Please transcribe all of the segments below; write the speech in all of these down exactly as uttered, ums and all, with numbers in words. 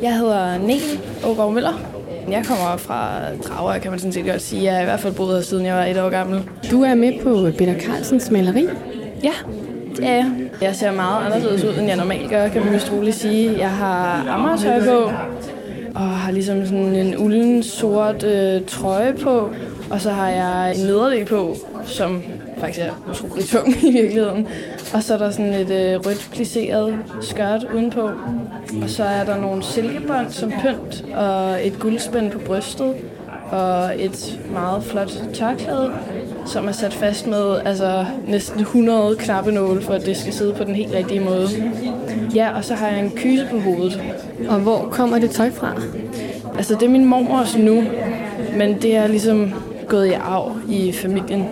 Jeg hedder Niel Aagaard Møller. Jeg kommer fra Dragør, kan man sådan set godt sige. Jeg har i hvert fald boet her, siden jeg var et år gammel. Du er med på Peter Carlsens maleri? Ja, det er jeg. Jeg ser meget anderledes ud, end jeg normalt gør, kan man vist roligt sige. Jeg har Amager-tøj på, og har ligesom sådan en ulden sort øh, trøje på. Og så har jeg en nederdel på, som faktisk er utrolig tung i virkeligheden. Og så er der sådan et øh, rødt plisseret skørt udenpå. Og så er der nogle silkebånd som pynt, og et guldspænd på brystet, og et meget flot tørklæde, som er sat fast med altså, næsten hundrede knappenåle, for at det skal sidde på den helt rigtige måde. Ja, og så har jeg en kyse på hovedet. Og hvor kommer det tøj fra? Altså, det er min mormors nu, men det er ligesom gået i arv i familien.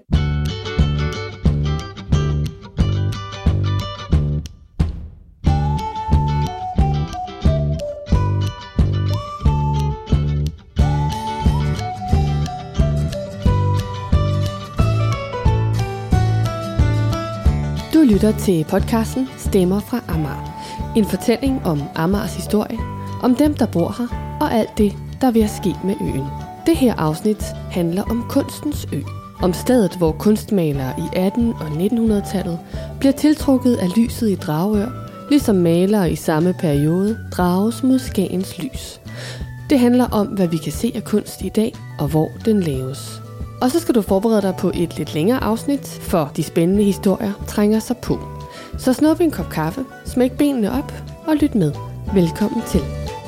Du lytter til podcasten Stemmer fra Amager. En fortælling om Amagers historie, om dem, der bor her, og alt det, der vil ske med øen. Det her afsnit handler om kunstens ø. Om stedet, hvor kunstmalere i atten- og nittenhundredetallet bliver tiltrukket af lyset i Dragør, ligesom malere i samme periode drages mod Skagens lys. Det handler om, hvad vi kan se af kunst i dag, og hvor den laves. Og så skal du forberede dig på et lidt længere afsnit, for de spændende historier trænger sig på. Så snup en kop kaffe, smæk benene op og lyt med. Velkommen til.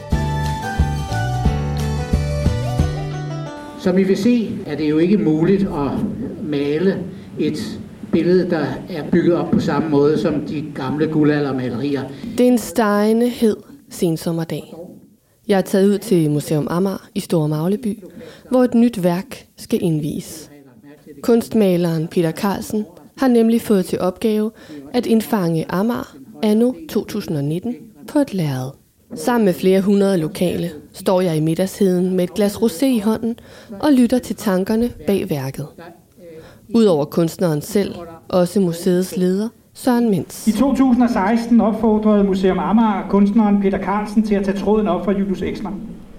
Som I vil se, er det jo ikke muligt at male et billede, der er bygget op på samme måde som de gamle guldaldermalerier. Det er en stegende hed sensommerdag. Jeg er taget ud til Museum Amager i Store Magleby, hvor et nyt værk skal indvies. Kunstmaleren Peter Carlsen har nemlig fået til opgave at indfange Amager anno to tusind og nitten på et lærred. Sammen med flere hundrede lokale står jeg i middagsheden med et glas rosé i hånden og lytter til tankerne bag værket. Udover kunstneren selv, også museets leder, Søren Mintz. I to tusind og seksten opfordrede Museum Amager kunstneren Peter Carlsen til at tage tråden op fra Julius Exner.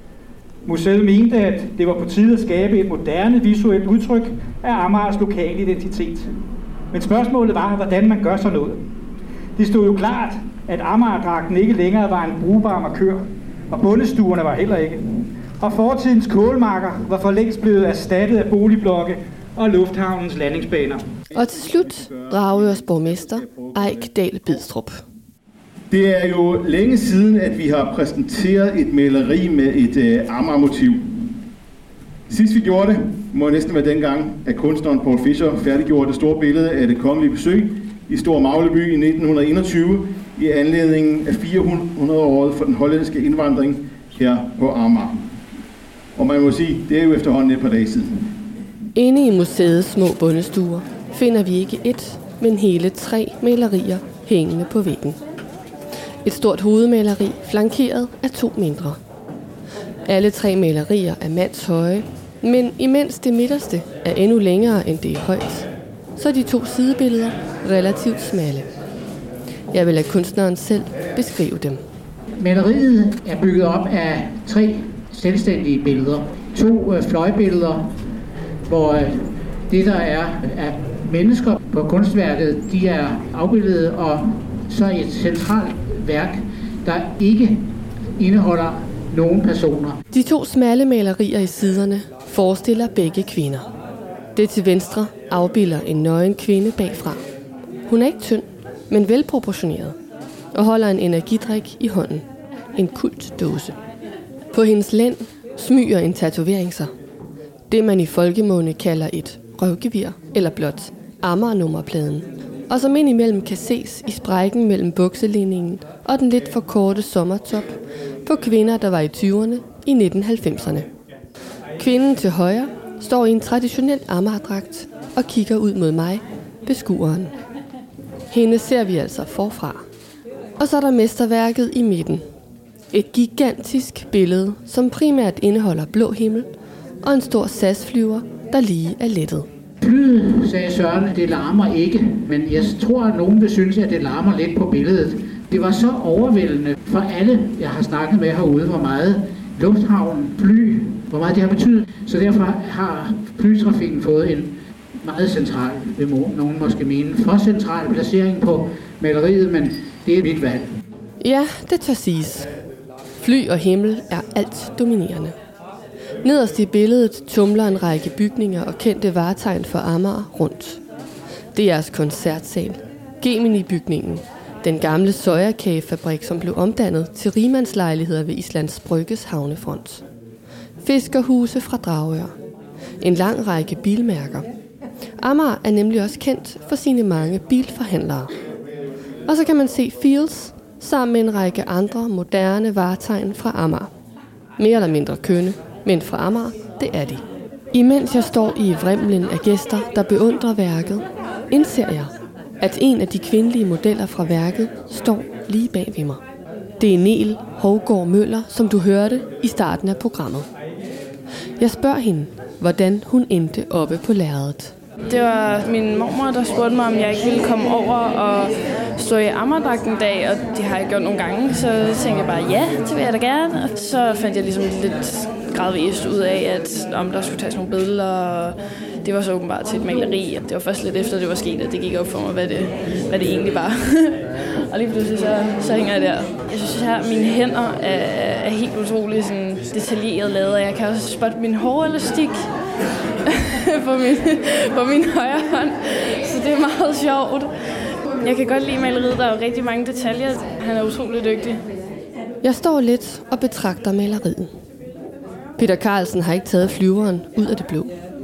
Museet mente, at det var på tide at skabe et moderne visuelt udtryk af Amagers lokale identitet. Men spørgsmålet var, hvordan man gør sådan noget. Det stod jo klart, at Amagerdragten ikke længere var en brugbar markør, og bondestuerne var heller ikke. Og fortidens kålmarker var for længst blevet erstattet af boligblokke og lufthavnens landingsbaner. Og til slut Dragørs borgmester Eik Dahl Bidstrup. Det er jo længe siden, at vi har præsenteret et maleri med et øh, Amager-motiv. Sidst vi gjorde det, må jeg næsten være dengang, at kunstneren Paul Fischer færdiggjorde det store billede af det kongelige besøg i Store Magleby i nitten enogtyve i anledningen af fire hundrede året for den hollandske indvandring her på Amager. Og man må sige, det er jo efterhånden et par dage siden. Inde i museets små bondestuer finder vi ikke et, men hele tre malerier hængende på væggen. Et stort hovedmaleri flankeret af to mindre. Alle tre malerier er mandshøje, men imens det midterste er endnu længere end det er højt, så er de to sidebilleder relativt smalle. Jeg vil lade kunstneren selv beskrive dem. Maleriet er bygget op af tre selvstændige billeder. To øh, fløjbilleder, hvor øh, det der er af mennesker på kunstværket, de er afbildet, og så et centralt værk, der ikke indeholder nogen personer. De to smalle malerier i siderne forestiller begge kvinder. Det til venstre afbilder en nøgen kvinde bagfra. Hun er ikke tynd, men velproportioneret, og holder en energidrik i hånden. En kultdåse. På hendes lænd smyger en tatovering sig. Det man i folkemunde kalder et røvgevir, eller blot Amager-nummerpladen, og som indimellem kan ses i sprækken mellem bukselinningen og den lidt for korte sommertop på kvinder, der var i tyverne i nitten halvfemserne. Kvinden til højre står i en traditionel Amagerdragt og kigger ud mod mig, beskueren. Hende ser vi altså forfra. Og så er der mesterværket i midten. Et gigantisk billede, som primært indeholder blå himmel og en stor S A S-flyver, der lige er lettet. Flyet, sagde Søren, det larmer ikke, men jeg tror, at nogen vil synes, at det larmer lidt på billedet. Det var så overvældende for alle, jeg har snakket med herude, hvor meget lufthavn, fly, hvor meget det har betydet. Så derfor har flytrafikken fået en meget central, vil nogen måske mene, for central placering på maleriet, men det er mit valg. Ja, det tør siges. Fly og himmel er alt dominerende. Nederst i billedet tumler en række bygninger og kendte vartegn for Amager rundt. Det er jeres koncertsal, Gemini-bygningen, den gamle sojakagefabrik, som blev omdannet til rigmandslejligheder ved Islands Brygges havnefront. Fiskerhuse fra Dragør. En lang række bilmærker. Amager er nemlig også kendt for sine mange bilforhandlere. Og så kan man se Fields sammen med en række andre moderne vartegn fra Amager. Mere eller mindre kønne, men fra Amager, det er de. Imens jeg står i vrimlen af gæster, der beundrer værket, indser jeg, at en af de kvindelige modeller fra værket står lige bag ved mig. Det er Nel Hovgaard Møller, som du hørte i starten af programmet. Jeg spørger hende, hvordan hun endte oppe på lærredet. Det var min mormor, der spurgte mig, om jeg ikke ville komme over og stå i Amagerdragt en dag, og det har jeg gjort nogle gange, så tænkte jeg bare, ja, det vil jeg da gerne. Og så fandt jeg ligesom lidt gradvist ud af, at om der skulle tages nogle billeder, og det var så åbenbart til et maleri. Det var først lidt efter, det var sket, at det gik op for mig, hvad det, hvad det egentlig var. Og lige pludselig så, så hænger jeg der. Jeg synes, at mine hænder er, er helt utroligt sådan detaljeret lavet, og jeg kan også spotte min hårelastik på min, på min højre hånd. Så det er meget sjovt. Jeg kan godt lide maleriet, der er jo rigtig mange detaljer. Han er utrolig dygtig. Jeg står lidt og betragter maleriet. Peter Carlsen har ikke taget flyveren ud af det blå.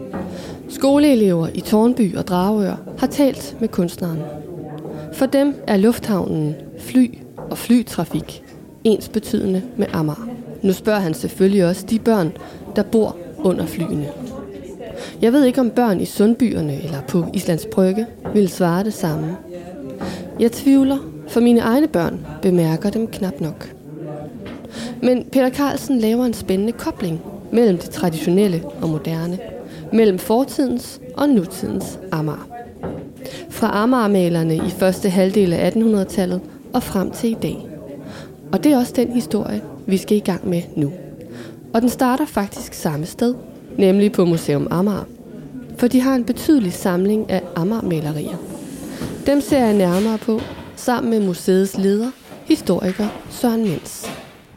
Skoleelever i Tårnby og Dragør har talt med kunstneren. For dem er lufthavnen, fly og flytrafik ensbetydende med Amager. Nu spørger han selvfølgelig også de børn, der bor under flyene. Jeg ved ikke, om børn i Sundbyerne eller på Islands Brygge vil svare det samme. Jeg tvivler, for mine egne børn bemærker dem knap nok. Men Peter Carlsen laver en spændende kobling mellem det traditionelle og moderne, mellem fortidens og nutidens Amager. Fra Amagermalerne i første halvdel af attenhundredetallet og frem til i dag. Og det er også den historie, vi skal i gang med nu. Og den starter faktisk samme sted, nemlig på Museum Amager. For de har en betydelig samling af Amager-malerier. Dem ser jeg nærmere på, sammen med museets leder, historiker Søren Mens.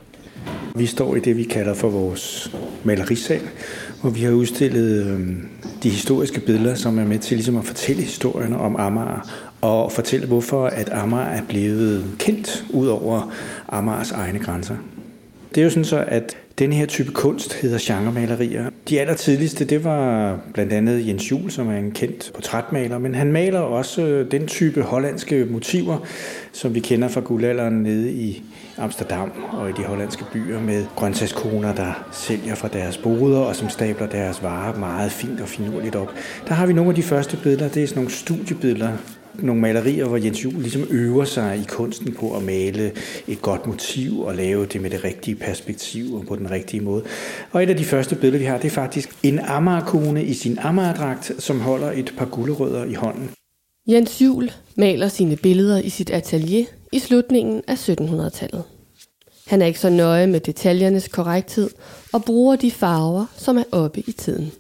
Vi står i det, vi kalder for vores malerisal, hvor vi har udstillet øh, de historiske billeder, som er med til ligesom at fortælle historierne om Amager, og fortælle, hvorfor at Amager er blevet kendt ud over Amagers egne grænser. Det er jo sådan så, at den her type kunst hedder genremalerier. De allertidligste, det var blandt andet Jens Juel, som er en kendt portrætmaler, men han maler også den type hollandske motiver, som vi kender fra guldalderen nede i Amsterdam og i de hollandske byer med grøntsagskoner, der sælger fra deres boder og som stabler deres varer meget fint og finurligt op. Der har vi nogle af de første billeder, det er sådan nogle studiebilleder, nogle malerier, hvor Jens Juel ligesom øver sig i kunsten på at male et godt motiv og lave det med det rigtige perspektiv og på den rigtige måde. Og et af de første billeder, vi har, det er faktisk en Amagerkone i sin Amagerdragt, som holder et par gulerødder i hånden. Jens Juel maler sine billeder i sit atelier i slutningen af syttenhundredetallet. Han er ikke så nøje med detaljernes korrekthed og bruger de farver, som er oppe i tiden.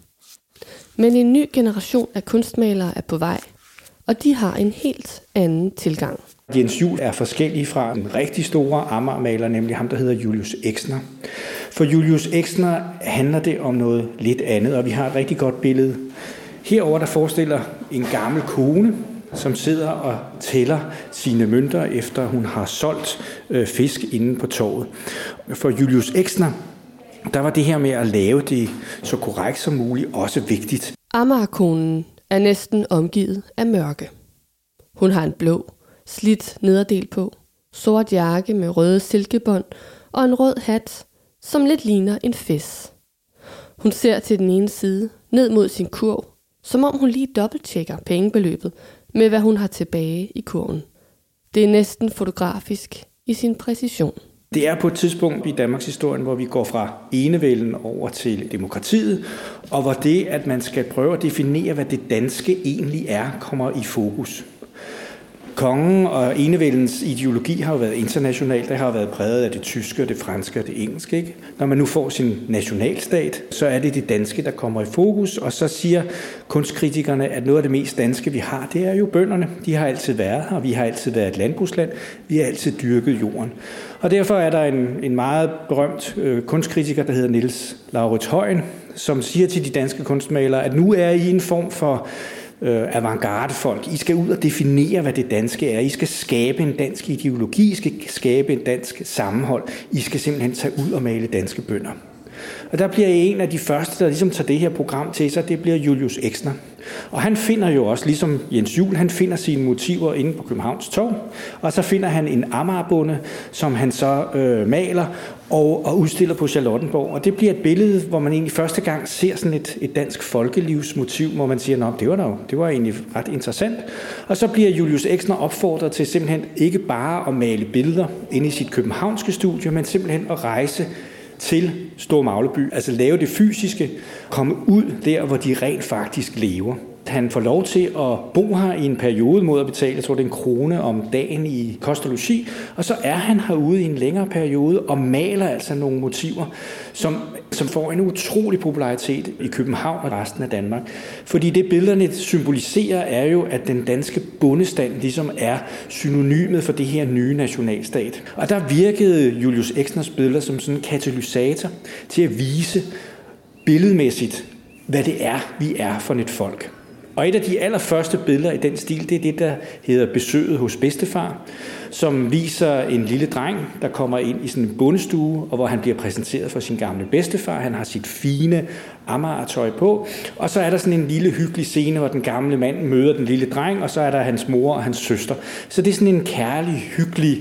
Men en ny generation af kunstmalere er på vej, og de har en helt anden tilgang. Jens Juel er forskellig fra en rigtig store Amagermaler, nemlig ham, der hedder Julius Exner. For Julius Exner handler det om noget lidt andet, og vi har et rigtig godt billede. Herover der forestiller en gammel kone, som sidder og tæller sine mønter, efter hun har solgt øh, fisk inde på torvet. For Julius Exner, der var det her med at lave det så korrekt som muligt også vigtigt. Amagerkonen er næsten omgivet af mørke. Hun har en blå, slidt nederdel på, sort jakke med røde silkebånd og en rød hat, som lidt ligner en fes. Hun ser til den ene side, ned mod sin kurv, som om hun lige dobbelttjekker pengebeløbet med, hvad hun har tilbage i kurven. Det er næsten fotografisk i sin præcision. Det er på et tidspunkt i Danmarks historie, hvor vi går fra enevælden over til demokratiet, og hvor det, at man skal prøve at definere, hvad det danske egentlig er, kommer i fokus. kongen og enevældens ideologi har jo været international. Det har jo været præget af det tyske, det franske og det engelske. Ikke? Når man nu får sin nationalstat, så er det det danske, der kommer i fokus. Og så siger kunstkritikerne, at noget af det mest danske, vi har, det er jo bønderne. De har altid været her, vi har altid været et landbrugsland. Vi har altid dyrket jorden. Og derfor er der en, en meget berømt øh, kunstkritiker, der hedder Niels Laurits Højen, som siger til de danske kunstmalere, at nu er I en form for øh, avantgarde-folk. I skal ud og definere, hvad det danske er. I skal skabe en dansk ideologi. I skal skabe en dansk sammenhold. I skal simpelthen tage ud og male danske bønder. Og der bliver en af de første, der ligesom tager det her program til sig, det bliver Julius Exner. Og han finder jo også, ligesom Jens Juel, han finder sine motiver inde på Københavns Torv, og så finder han en Amagerbonde, som han så øh, maler og, og udstiller på Charlottenborg. Og det bliver et billede, hvor man egentlig første gang ser sådan et, et dansk folkelivsmotiv, hvor man siger, nå, det var da jo, det var egentlig ret interessant. Og så bliver Julius Exner opfordret til simpelthen ikke bare at male billeder inde i sit københavnske studie, men simpelthen at rejse til Store Magleby, altså lave det fysiske, komme ud der, hvor de rent faktisk lever. Han får lov til at bo her i en periode mod at betale, jeg tror det er en krone om dagen i kost og logi, og så er han herude i en længere periode og maler altså nogle motiver, som, som får en utrolig popularitet i København og resten af Danmark. Fordi det billederne symboliserer er jo, at den danske bondestand ligesom er synonymet for det her nye nationalstat. Og der virkede Julius Exners billeder som sådan en katalysator til at vise billedmæssigt, hvad det er, vi er for et folk. Og et af de allerførste billeder i den stil, det er det, der hedder Besøget hos bedstefar, som viser en lille dreng, der kommer ind i sådan en bondestue, og hvor han bliver præsenteret for sin gamle bedstefar. Han har sit fine Amager-tøj på, og så er der sådan en lille hyggelig scene, hvor den gamle mand møder den lille dreng, og så er der hans mor og hans søster. Så det er sådan en kærlig, hyggelig,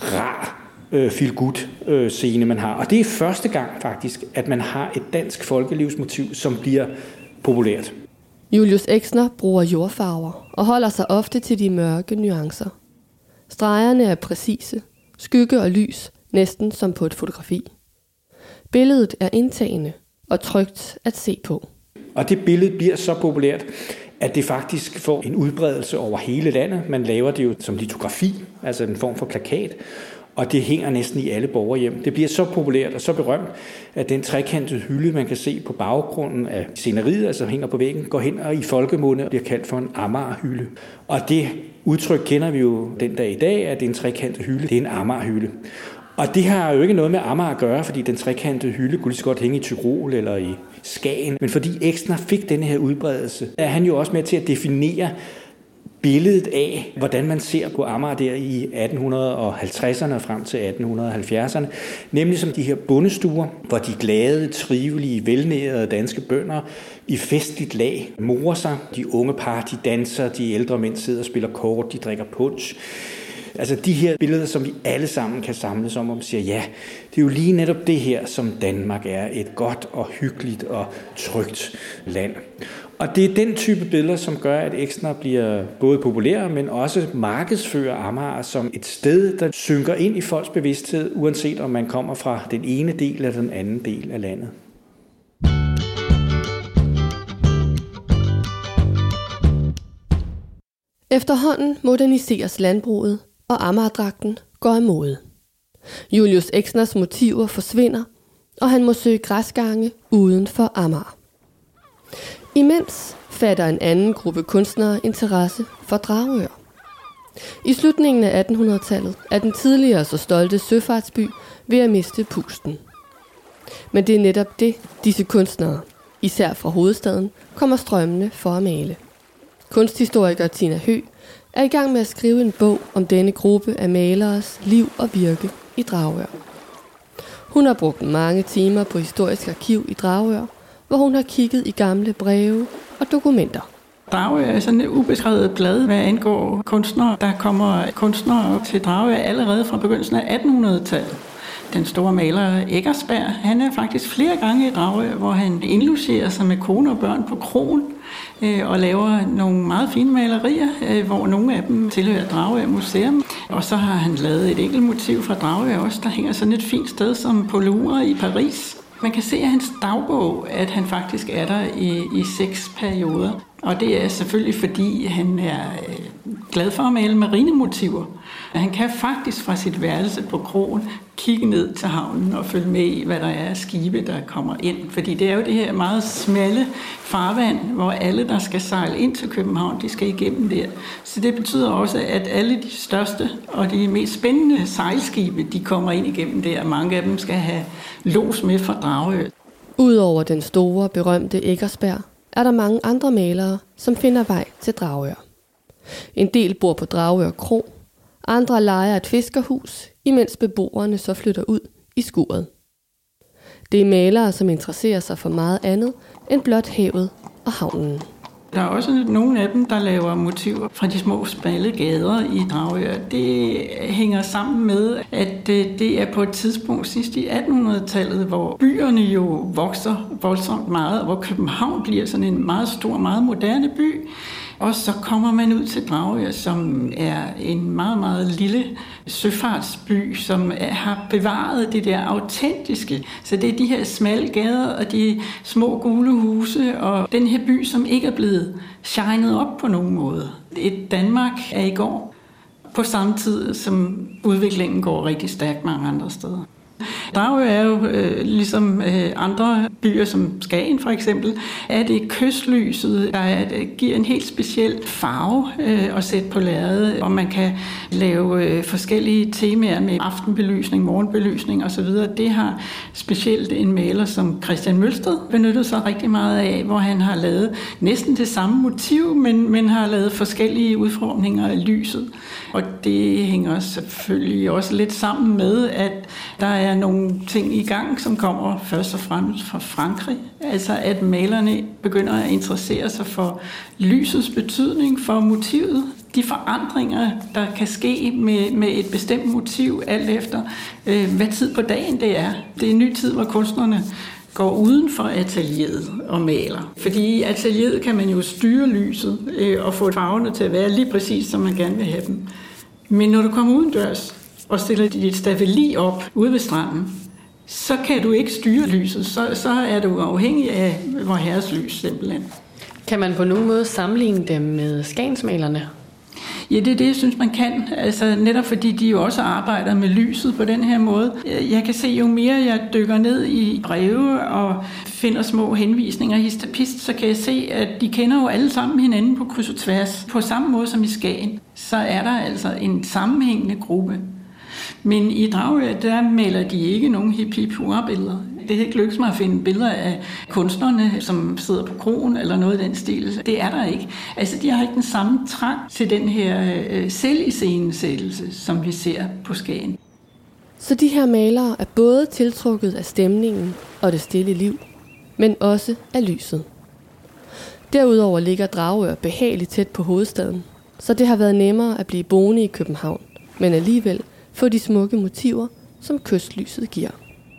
rar feel-good scene, man har. Og det er første gang faktisk, at man har et dansk folkelivsmotiv, som bliver populært. Julius Exner bruger jordfarver og holder sig ofte til de mørke nuancer. Stregerne er præcise, skygge og lys, næsten som på et fotografi. Billedet er indtagende og trygt at se på. Og det billede bliver så populært, at det faktisk får en udbredelse over hele landet. Man laver det jo som litografi, altså en form for plakat, og det hænger næsten i alle borgerhjem. Det bliver så populært og så berømt, at den trekantede hylde, man kan se på baggrunden af sceneriet, altså hænger på væggen, går hen og i folkemunde bliver kaldt for en Amagerhylde. Og det udtryk kender vi jo den dag i dag, at det er en trekantet hylde, det er en Amagerhylde. Og det har jo ikke noget med Amager at gøre, fordi den trekantede hylde kunne lige så godt hænge i Tyrol eller i Skagen. Men fordi Exner fik den her udbredelse, er han jo også med til at definere billedet af, hvordan man ser på Amager der i atten halvtredserne og frem til atten halvfjerdserne, nemlig som de her bondestuer, hvor de glade, trivelige, velnærede danske bønder i festligt lag morer sig. De unge par, de danser, de ældre mænd sidder og spiller kort, de drikker punch. Altså de her billeder, som vi alle sammen kan samles om, og man siger, ja, det er jo lige netop det her, som Danmark er, et godt og hyggeligt og trygt land. Og det er den type billeder, som gør, at Exner bliver både populær, men også markedsfører Amager som et sted, der synker ind i folks bevidsthed, uanset om man kommer fra den ene del eller den anden del af landet. Efterhånden moderniseres landbruget, og Amagerdragten går af mode. Julius Exners motiver forsvinder, og han må søge græsgange uden for Amager. Imens fatter en anden gruppe kunstnere interesse for Dragør. I slutningen af attenhundredetallet er den tidligere så stolte søfartsby ved at miste pusten. Men det er netop det, disse kunstnere, især fra hovedstaden, kommer strømmende for at male. Kunsthistoriker Tina Høegh er i gang med at skrive en bog om denne gruppe af maleres liv og virke i Dragør. Hun har brugt mange timer på Historisk Arkiv i Dragør, hvor hun har kigget i gamle breve og dokumenter. Dragør er sådan et ubeskrevet blad, hvad angår kunstnere. Der kommer kunstnere til Dragør allerede fra begyndelsen af attenhundredetallet. Den store maler Eckersberg, han er faktisk flere gange i Dragør, hvor han indlogerer sig med kone og børn på kroen øh, og laver nogle meget fine malerier, øh, hvor nogle af dem tilhører Dragør Museum. Og så har han lavet et enkelt motiv fra Dragør også, der hænger sådan et fint sted som på Louvre i Paris. Man kan se af hans dagbog, at han faktisk er der i, i seks perioder. Og det er selvfølgelig, fordi han er glad for at male marinemotiver. Han kan faktisk fra sit værelse på kroen kigge ned til havnen og følge med i, hvad der er af skibe, der kommer ind. Fordi det er jo det her meget smalle farvand, hvor alle, der skal sejle ind til København, de skal igennem der. Så det betyder også, at alle de største og de mest spændende sejlskibe, de kommer ind igennem der. Mange af dem skal have los med fra Dragør. Udover den store, berømte Eckersberg, er der mange andre malere, som finder vej til Dragør. En del bor på Dragør Kro, andre lejer et fiskerhus, imens beboerne så flytter ud i skuret. Det er malere, som interesserer sig for meget andet end blot havet og havnen. Der er også nogle af dem, der laver motiver fra de små smalle gader i Dragør. Det hænger sammen med, at det er på et tidspunkt sidst i attenhundredetallet, hvor byerne jo vokser voldsomt meget, og hvor København bliver sådan en meget stor, meget moderne by. Og så kommer man ud til Dragør, som er en meget, meget lille søfartsby, som har bevaret det der autentiske. Så det er de her smalle gader og de små gule huse, og den her by, som ikke er blevet shined op på nogen måde. Et Danmark er i går på samme tid, som udviklingen går rigtig stærkt mange andre steder. Dragør er jo øh, ligesom øh, andre byer som Skagen for eksempel, er det kystlyset, der er, der giver en helt speciel farve øh, at sætte på lærredet, og man kan lave øh, forskellige temaer med aftenbelysning, morgenbelysning osv. Det har specielt en maler som Christian Mølsted benyttet sig rigtig meget af, hvor han har lavet næsten det samme motiv, men, men har lavet forskellige udformninger af lyset. Og det hænger selvfølgelig også lidt sammen med, at der er nogle ting i gang, som kommer først og fremmest fra Frankrig. Altså at malerne begynder at interessere sig for lysets betydning for motivet. De forandringer, der kan ske med, med et bestemt motiv, alt efter øh, hvad tid på dagen det er. Det er en ny tid, hvor kunstnerne går uden for atelieret og maler. Fordi i atelieret kan man jo styre lyset øh, og få farverne til at være lige præcis, som man gerne vil have dem. Men når du kommer udendørs og stiller dit stafeli op ude ved stranden, så kan du ikke styre lyset. Så, så er du afhængig af vor herres lys simpelthen. Kan man på nogen måde sammenligne dem med skagensmalerne? Ja, det er det, jeg synes, man kan. Altså, netop fordi de jo også arbejder med lyset på den her måde. Jeg kan se, jo mere jeg dykker ned i breve og finder små henvisninger hist og pist, så kan jeg se, at de kender jo alle sammen hinanden på kryds og tværs. På samme måde som i Skagen, så er der altså en sammenhængende gruppe. Men i Dragør, der maler de ikke nogen hip-hip-hurra-billeder. Det er ikke lykkedes mig at finde billeder af kunstnerne, som sidder på kroen eller noget i den stil. Det er der ikke. Altså, de har ikke den samme trang til den her øh, selviscenesættelse, som vi ser på Skagen. Så de her malere er både tiltrukket af stemningen og det stille liv, men også af lyset. Derudover ligger Dragør behageligt tæt på hovedstaden, så det har været nemmere at blive boende i København, men alligevel få de smukke motiver, som kystlyset giver.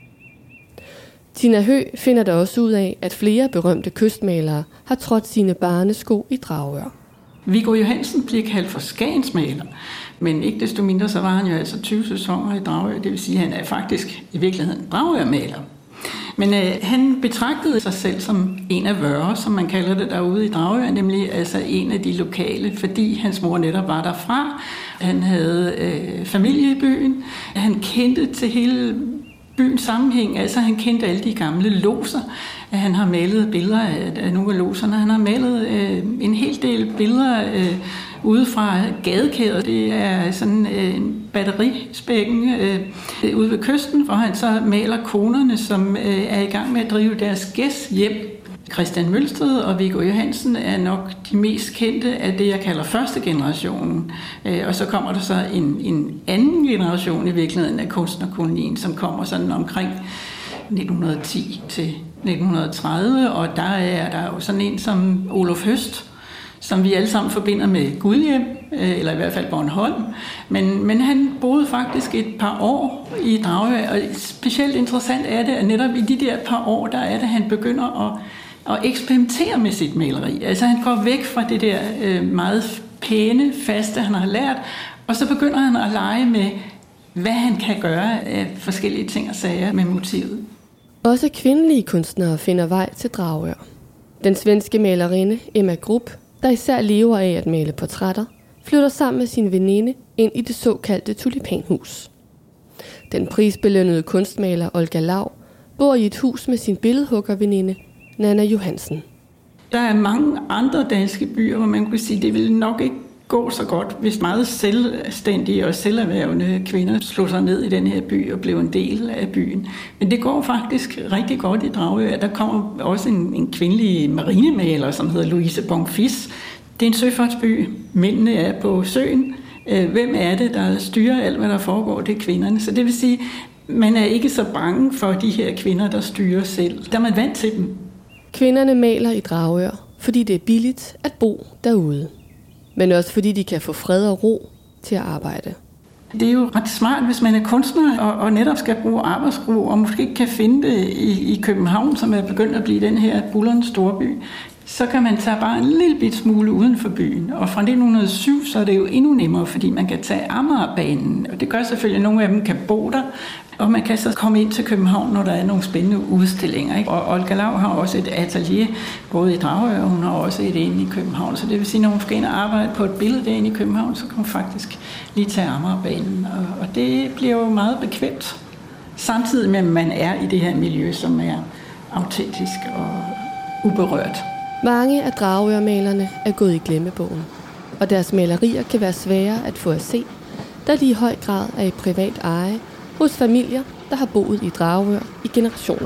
Tina Høgh finder der også ud af, at flere berømte kystmalere har trådt sine barnesko i Dragør. Viggo Johansen bliver kaldt for skagensmaler, men ikke desto mindre så var han jo altså tyve sæsoner i Dragør, det vil sige, at han er faktisk i virkeligheden Dragør-maler. Men øh, han betragtede sig selv som en af vørre, som man kalder det derude i Dragør, nemlig altså en af de lokale, fordi hans mor netop var derfra. Han havde øh, familie i byen, han kendte til hele byens sammenhæng, altså han kendte alle de gamle loser. Han har malet billeder af nogle af loserne, han har malet øh, en hel del billeder øh, ude fra gadekæder. Det er sådan øh, en batterispækken øh, ude ved kysten, hvor han så maler konerne, som øh, er i gang med at drive deres gæst hjem. Christian Mølsted og Viggo Johansen er nok de mest kendte af det, jeg kalder første generationen. Og så kommer der så en, en anden generation i virkeligheden af kunstnerkolonien, som kommer sådan omkring nitten ti til nitten tredive, og der er der jo sådan en som Olof Høst, som vi alle sammen forbinder med Gudhjem, eller i hvert fald Bornholm. Men, men han boede faktisk et par år i Dragør, og specielt interessant er det, at netop i de der par år, der er det, han begynder at og eksperimentere med sit maleri. Altså han går væk fra det der øh, meget pæne, faste, han har lært, og så begynder han at lege med, hvad han kan gøre af forskellige ting og sager med motivet. Også kvindelige kunstnere finder vej til Dragør. Den svenske malerinde Emma Grupp, der især lever af at male portrætter, flytter sammen med sin veninde ind i det såkaldte tulipanhus. Den prisbelønnede kunstmaler Olga Lau bor i et hus med sin billedhuggerveninde Nanna Johansen. Der er mange andre danske byer, hvor man kan sige, at det ville nok ikke gå så godt, hvis meget selvstændige og selverhvervende kvinder slog sig ned i den her by og blev en del af byen. Men det går faktisk rigtig godt i Dragør. Der kommer også en, en kvindelig marinemaler, som hedder Louise Bonfils. Det er en søfartsby. Mændene er på søen. Hvem er det, der styrer alt, hvad der foregår? Det er kvinderne. Så det vil sige, man er ikke så bange for de her kvinder, der styrer selv. Der er man vant til dem. Kvinderne maler i Dragør, fordi det er billigt at bo derude. Men også fordi de kan få fred og ro til at arbejde. Det er jo ret smart, hvis man er kunstner og, og netop skal bruge arbejdsro, og måske ikke kan finde det i, i København, som er begyndt at blive den her bullerens storby. Så kan man tage bare en lille bit smule uden for byen. Og fra nitten hundrede og syv, så er det jo endnu nemmere, fordi man kan tage Amagerbanen. Og det gør selvfølgelig, at nogle af dem kan bo der. Og man kan så komme ind til København, når der er nogle spændende udstillinger. Ikke? Og Olga Lau har også et atelier, både i Dragør, og hun har også et inde i København. Så det vil sige, når hun skal ind og arbejde på et billede derinde i København, så kan hun faktisk lige tage Amagerbanen. Og, og det bliver jo meget bekvemt. Samtidig med, at man er i det her miljø, som er autentisk og uberørt. Mange af Dragør-malerne er gået i glemmebogen, og deres malerier kan være svære at få at se, da de i høj grad er i privat eje hos familier, der har boet i Dragør i generationer.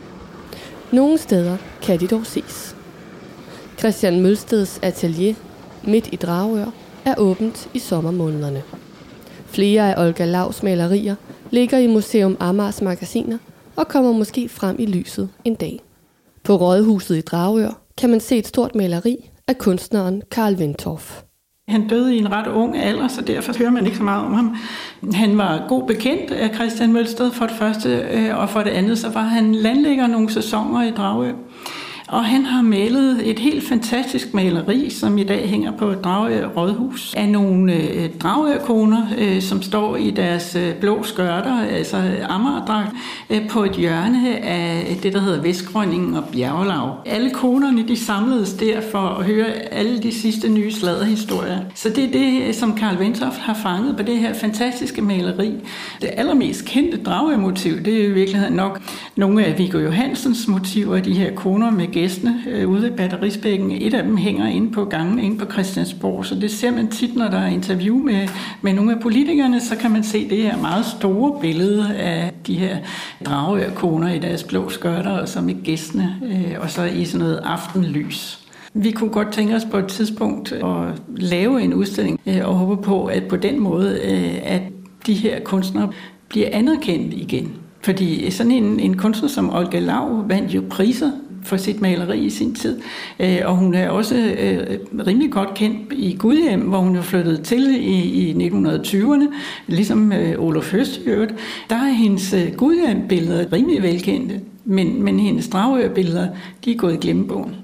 Nogle steder kan de dog ses. Christian Mølsteds atelier midt i Dragør er åbent i sommermånederne. Flere af Olga Laus malerier ligger i Museum Amagers magasiner og kommer måske frem i lyset en dag. På Rådhuset i Dragør kan man se et stort maleri af kunstneren Karl Wentorf. Han døde i en ret ung alder, så derfor hører man ikke så meget om ham. Han var god bekendt af Christian Mølsted for det første, og for det andet så var han landlægger nogle sæsoner i Dragør. Og han har malet et helt fantastisk maleri, som i dag hænger på Dragør Rådhus, af nogle øh, Dragør-koner, øh, som står i deres øh, blå skørter, altså Amagerdragt, øh, på et hjørne af det, der hedder Vestgrønningen og Bjergelav. Alle konerne, de samledes der for at høre alle de sidste nye sladderhistorier. Så det er det, som Karl Wentorf har fanget på det her fantastiske maleri. Det allermest kendte Dragør-motiv, det er i virkeligheden nok nogle af Viggo Johansens motiver, de her koner med gæstene øh, ude i Batterisbækken. Et af dem hænger inde på gangen inde på Christiansborg, så det ser man tit, når der er interview med, med nogle af politikerne, så kan man se det her meget store billede af de her Dragør-koner i deres blå skørter, og så med gæstene, øh, og så i sådan noget aftenlys. Vi kunne godt tænke os på et tidspunkt at lave en udstilling, øh, og håbe på, at på den måde, øh, at de her kunstnere bliver anerkendt igen. Fordi sådan en, en kunstner som Olga Lau vandt jo priser for sit maleri i sin tid. Og hun er også øh, rimelig godt kendt i Gudhjem, hvor hun er flyttet til i, i nitten tyverne, ligesom øh, Olof Høst i øvrigt. Der er hendes øh, Gudhjem-billeder rimelig velkendte, men, men hendes Dragør-billeder, de er gået i glemmebogen.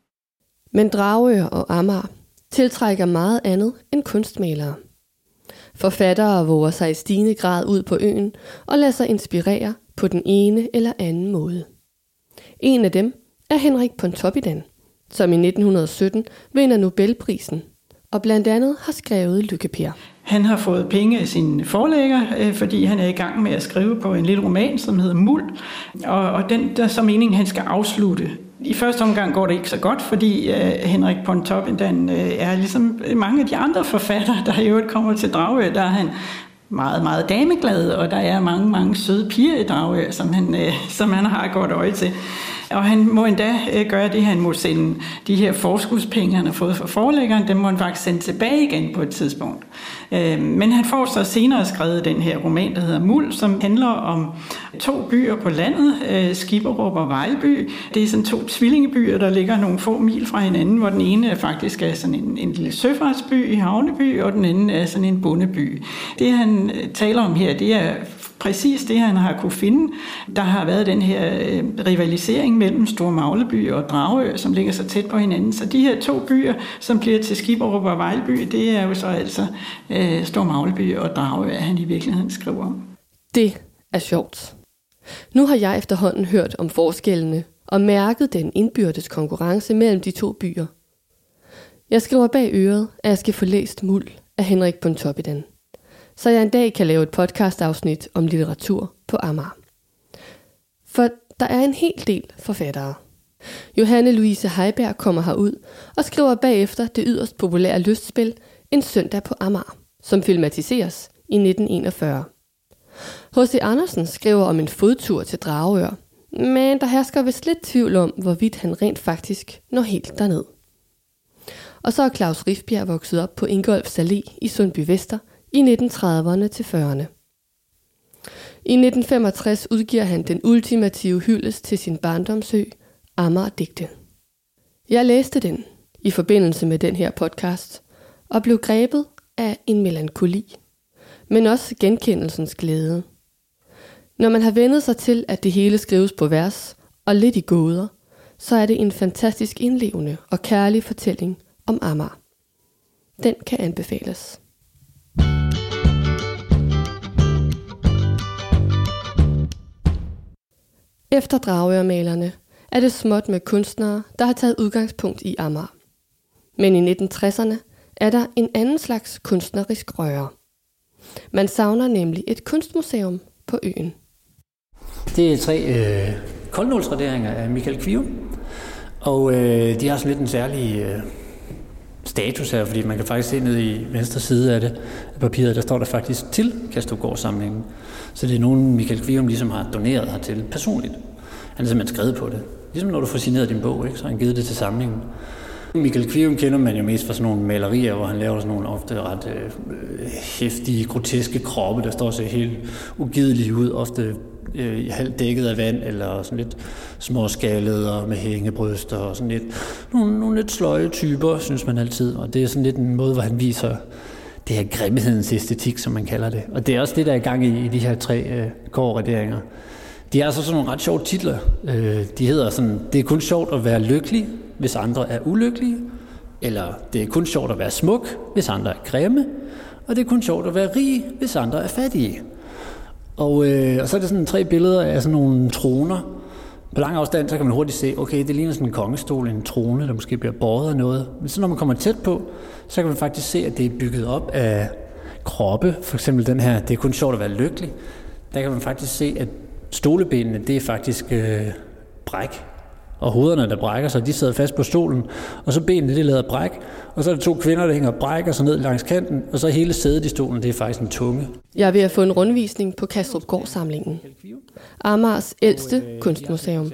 Men Dragør og Amager tiltrækker meget andet end kunstmalere. Forfattere våger sig i stigende grad ud på øen og lader sig inspirere på den ene eller anden måde. En af dem er Henrik Pontoppidan, som i nitten sytten vinder Nobelprisen og blandt andet har skrevet Lykke Per. Han har fået penge af sin forlægger, fordi han er i gang med at skrive på en lille roman, som hedder Muld, og, og den der er så meningen, han skal afslutte. I første omgang går det ikke så godt, fordi uh, Henrik Pontoppidan uh, er ligesom mange af de andre forfattere, der i øvrigt kommer til Dragør, der er han meget, meget dameglad, og der er mange, mange søde piger i Dragør, som han, uh, som han har godt øje til. Og han må endda uh, gøre det, han må sende de her forskudspenge, han har fået fra forlæggeren, dem må han faktisk sende tilbage igen på et tidspunkt. Uh, men han får så senere skrevet den her roman, der hedder Muld, som handler om to byer på landet, uh, Skipperup og Vejlby. Det er sådan to tvillingebyer, der ligger nogle få mil fra hinanden, hvor den ene faktisk er sådan en, en lille søfartsby i havneby, og den anden er sådan en bondeby. Det han taler om her, det er præcis det, han har kunne finde. Der har været den her øh, rivalisering mellem Store Magleby og Dragør, som ligger så tæt på hinanden. Så de her to byer, som bliver til Skipperup og Vejlby, det er jo så altså øh, Store Magleby og Dragør, han i virkeligheden skriver om. Det er sjovt. Nu har jeg efterhånden hørt om forskellene og mærket den indbyrdes konkurrence mellem de to byer. Jeg skriver bag øret, at jeg skal få læst Muld af Henrik Pontoppidan, så jeg en dag kan lave et podcastafsnit om litteratur på Amager. For der er en hel del forfattere. Johanne Louise Heiberg kommer herud og skriver bagefter det yderst populære lystspil En søndag på Amager, som filmatiseres i nitten enogfyrre. H C Andersen skriver om en fodtur til Dragør, men der hersker vist lidt tvivl om, hvorvidt han rent faktisk når helt derned. Og så er Claus Rifbjerg vokset op på Ingolfs Allé i Sundby Vester i nitten trediverne til fyrrerne. I nitten femogtres udgiver han den ultimative hyldest til sin barndomsø, Amager Digte. Jeg læste den i forbindelse med den her podcast og blev grebet af en melankoli, men også genkendelsens glæde. Når man har vendet sig til, at det hele skrives på vers og lidt i gåder, så er det en fantastisk indlevende og kærlig fortælling om Amager. Den kan anbefales. Efter Dragørmalerne er det småt med kunstnere, der har taget udgangspunkt i Amager. Men i nitten tresserne er der en anden slags kunstnerisk røre. Man savner nemlig et kunstmuseum på øen. Det er tre øh, koldnålsraderinger af Michael Kvium, og øh, de har sådan lidt en særlig øh, status her, fordi man kan faktisk se ned i venstre side af det af papiret, der står der faktisk til Kastrupgård-samlingen. Så det er nogen, Michael Kvium ligesom har doneret hertil personligt. Han har simpelthen skrevet på det. Ligesom når du får signeret din bog, ikke? Så har han givet det til samlingen. Michael Kvium kender man jo mest fra sådan nogle malerier, hvor han laver sådan nogle ofte ret øh, hæftige, groteske kroppe, der står så helt ugidelige ud, ofte øh, halvt dækket af vand, eller sådan lidt småskaldet og med hængebryster og sådan lidt. Nogle, nogle lidt sløje typer, synes man altid, og det er sådan lidt en måde, hvor han viser det her grimmehedens æstetik, som man kalder det. Og det er også det, der er i gang i, i de her tre øh, gårdraderinger. De har altså sådan nogle ret sjove titler. Øh, de hedder sådan, det er kun sjovt at være lykkelig, hvis andre er ulykkelige, eller det er kun sjovt at være smuk, hvis andre er grimme, og det er kun sjovt at være rig, hvis andre er fattige. Og, øh, og så er det sådan tre billeder af sådan nogle troner. På lang afstand, så kan man hurtigt se, okay, det ligner sådan en kongestol, en trone, der måske bliver båret af noget. Men så når man kommer tæt på, så kan man faktisk se, at det er bygget op af kroppe. For eksempel den her, det er kun sjovt at være lykkelig. Der kan man faktisk se, at stolebenene, det er faktisk øh, bræk. Og hovederne, der brækker sig, de sidder fast på stolen, og så benene, det lader bræk, og så er der to kvinder, der hænger og brækker sig ned langs kanten, og så hele sædet i stolen, det er faktisk en tunge. Jeg er ved at få en rundvisning på Kastrupgård-samlingen, Amagers ældste kunstmuseum.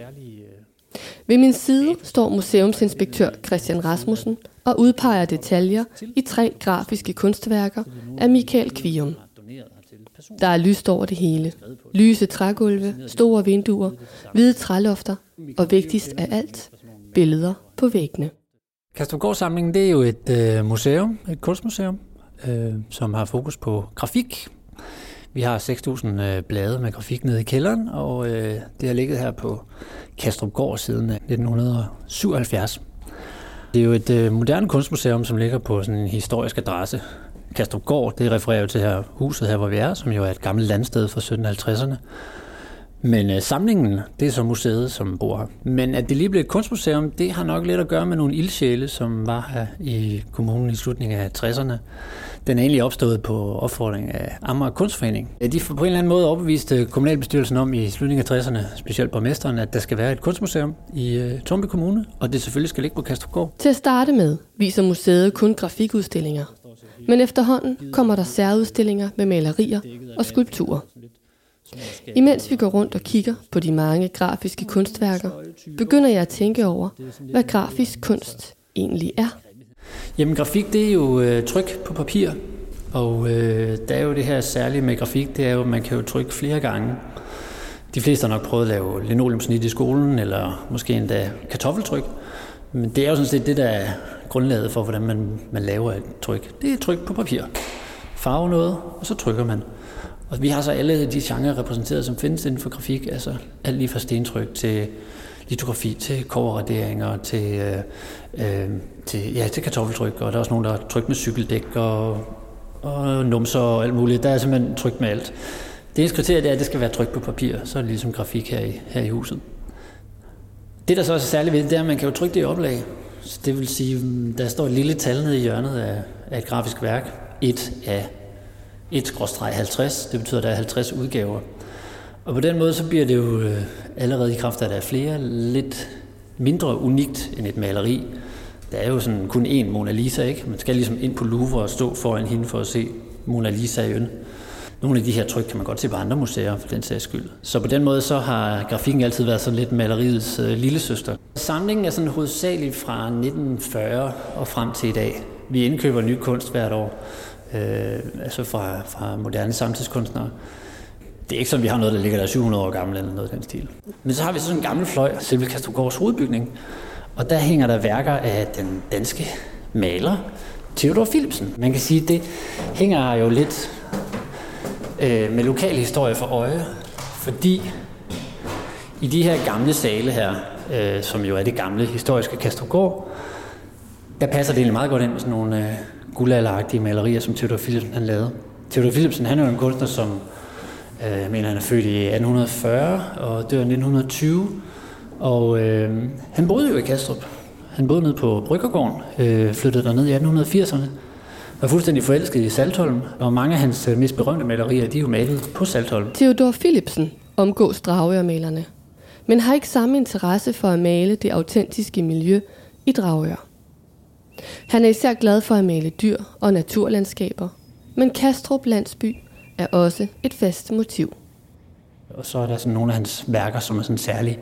Ved min side står museumsinspektør Christian Rasmussen og udpeger detaljer i tre grafiske kunstværker af Michael Kvium. Der er lyst over det hele. Lyse trægulve, store vinduer, hvide trælofter og vigtigst af alt, billeder på væggene. Kastrupgård-samlingen, det er jo et øh, museum, et kunstmuseum, øh, som har fokus på grafik. Vi har seks tusind øh, blade med grafik nede i kælderen, og øh, det har ligget her på Kastrupgård siden nitten syvoghalvfjerds. Det er jo et øh, moderne kunstmuseum, som ligger på sådan en historisk adresse. Kastrupgård, det refererer jo til her huset her, hvor vi er, som jo er et gammelt landsted fra sytten halvtredserne. Men øh, samlingen, det er så museet, som bor her. Men at det lige blev et kunstmuseum, det har nok lidt at gøre med nogle ildsjæle, som var her i kommunen i slutningen af tresserne. Den er egentlig opstået på opfordring af Amager Kunstforening. De får på en eller anden måde overbevist kommunalbestyrelsen om i slutningen af tresserne, specielt borgmesteren, at der skal være et kunstmuseum i øh, Tornby Kommune, og det selvfølgelig skal ligge på Kastrupgård. Til at starte med viser museet kun grafikudstillinger. Men efterhånden kommer der særudstillinger med malerier og skulpturer. Imens vi går rundt og kigger på de mange grafiske kunstværker, begynder jeg at tænke over, hvad grafisk kunst egentlig er. Jamen grafik, det er jo øh, tryk på papir, og øh, der er jo det her særlige med grafik, det er jo, at man kan jo trykke flere gange. De fleste har nok prøvet at lave linoleumsnit i skolen, eller måske endda kartoffeltryk. Men det er jo sådan set det, der er grundlaget for, hvordan man, man laver et tryk. Det er tryk på papir. Farve noget, og så trykker man. Og vi har så alle de genrer repræsenteret, som findes inden for grafik, altså alt lige fra stentryk til litografi, til kobberraderinger, til, øh, øh, til, ja, til kartoffeltryk, og der er også nogen, der har trykt med cykeldæk og, og numser og alt muligt. Der er simpelthen trykt med alt. Det eneste kriterie er, at det skal være tryk på papir, så er det ligesom grafik her i, her i huset. Det, der så også er særligt ved det, er, at man kan jo trykke det i oplag. Så det vil sige, der står et lille tal nede i hjørnet af, af et grafisk værk. et af et skråstreg halvtreds. Det betyder, at der er halvtreds udgaver. Og på den måde så bliver det jo øh, allerede i kraft af, at der er flere, lidt mindre unikt end et maleri. Der er jo sådan kun én Mona Lisa, ikke? Man skal ligesom ind på Louvre og stå foran hende for at se Mona Lisa i øen. Nogle af de her tryk kan man godt se på andre museer, for den sags skyld. Så på den måde så har grafikken altid været sådan lidt maleriets øh, lillesøster. Samlingen er sådan hovedsageligt fra nitten fyrre og frem til i dag. Vi indkøber ny kunst hvert år, øh, altså fra, fra moderne samtidskunstnere. Det er ikke sådan, vi har noget, der ligger der syv hundrede år gammel eller noget af den stil. Men så har vi så sådan en gammel fløj, selve Kastrupgårds hovedbygning. Og der hænger der værker af den danske maler, Theodor Philipsen. Man kan sige, at det hænger jo lidt øh, med lokal historie for øje, fordi i de her gamle sale her, øh, som jo er det gamle historiske Kastrupgård, der passer det egentlig meget godt ind med sådan nogle øh, guldalderagtige malerier, som Theodor Philipsen han lavede. Theodor Philipsen, han er jo en kunstner, som øh, jeg mener, han er født i atten fyrre og dør i nitten tyve. Og øh, han boede jo i Kastrup. Han boede nede på Bryggergården, øh, flyttede derned i atten firserne. Var fuldstændig forelsket i Saltholm, og mange af hans øh, mest berømte malerier, de er jo malet på Saltholm. Theodor Philipsen omgås Dragør-malerne, men har ikke samme interesse for at male det autentiske miljø i Dragør. Han er især glad for at male dyr og naturlandskaber, men Kastrup landsby er også et fast motiv. Og så er der sådan nogle af hans værker, som er sådan særlig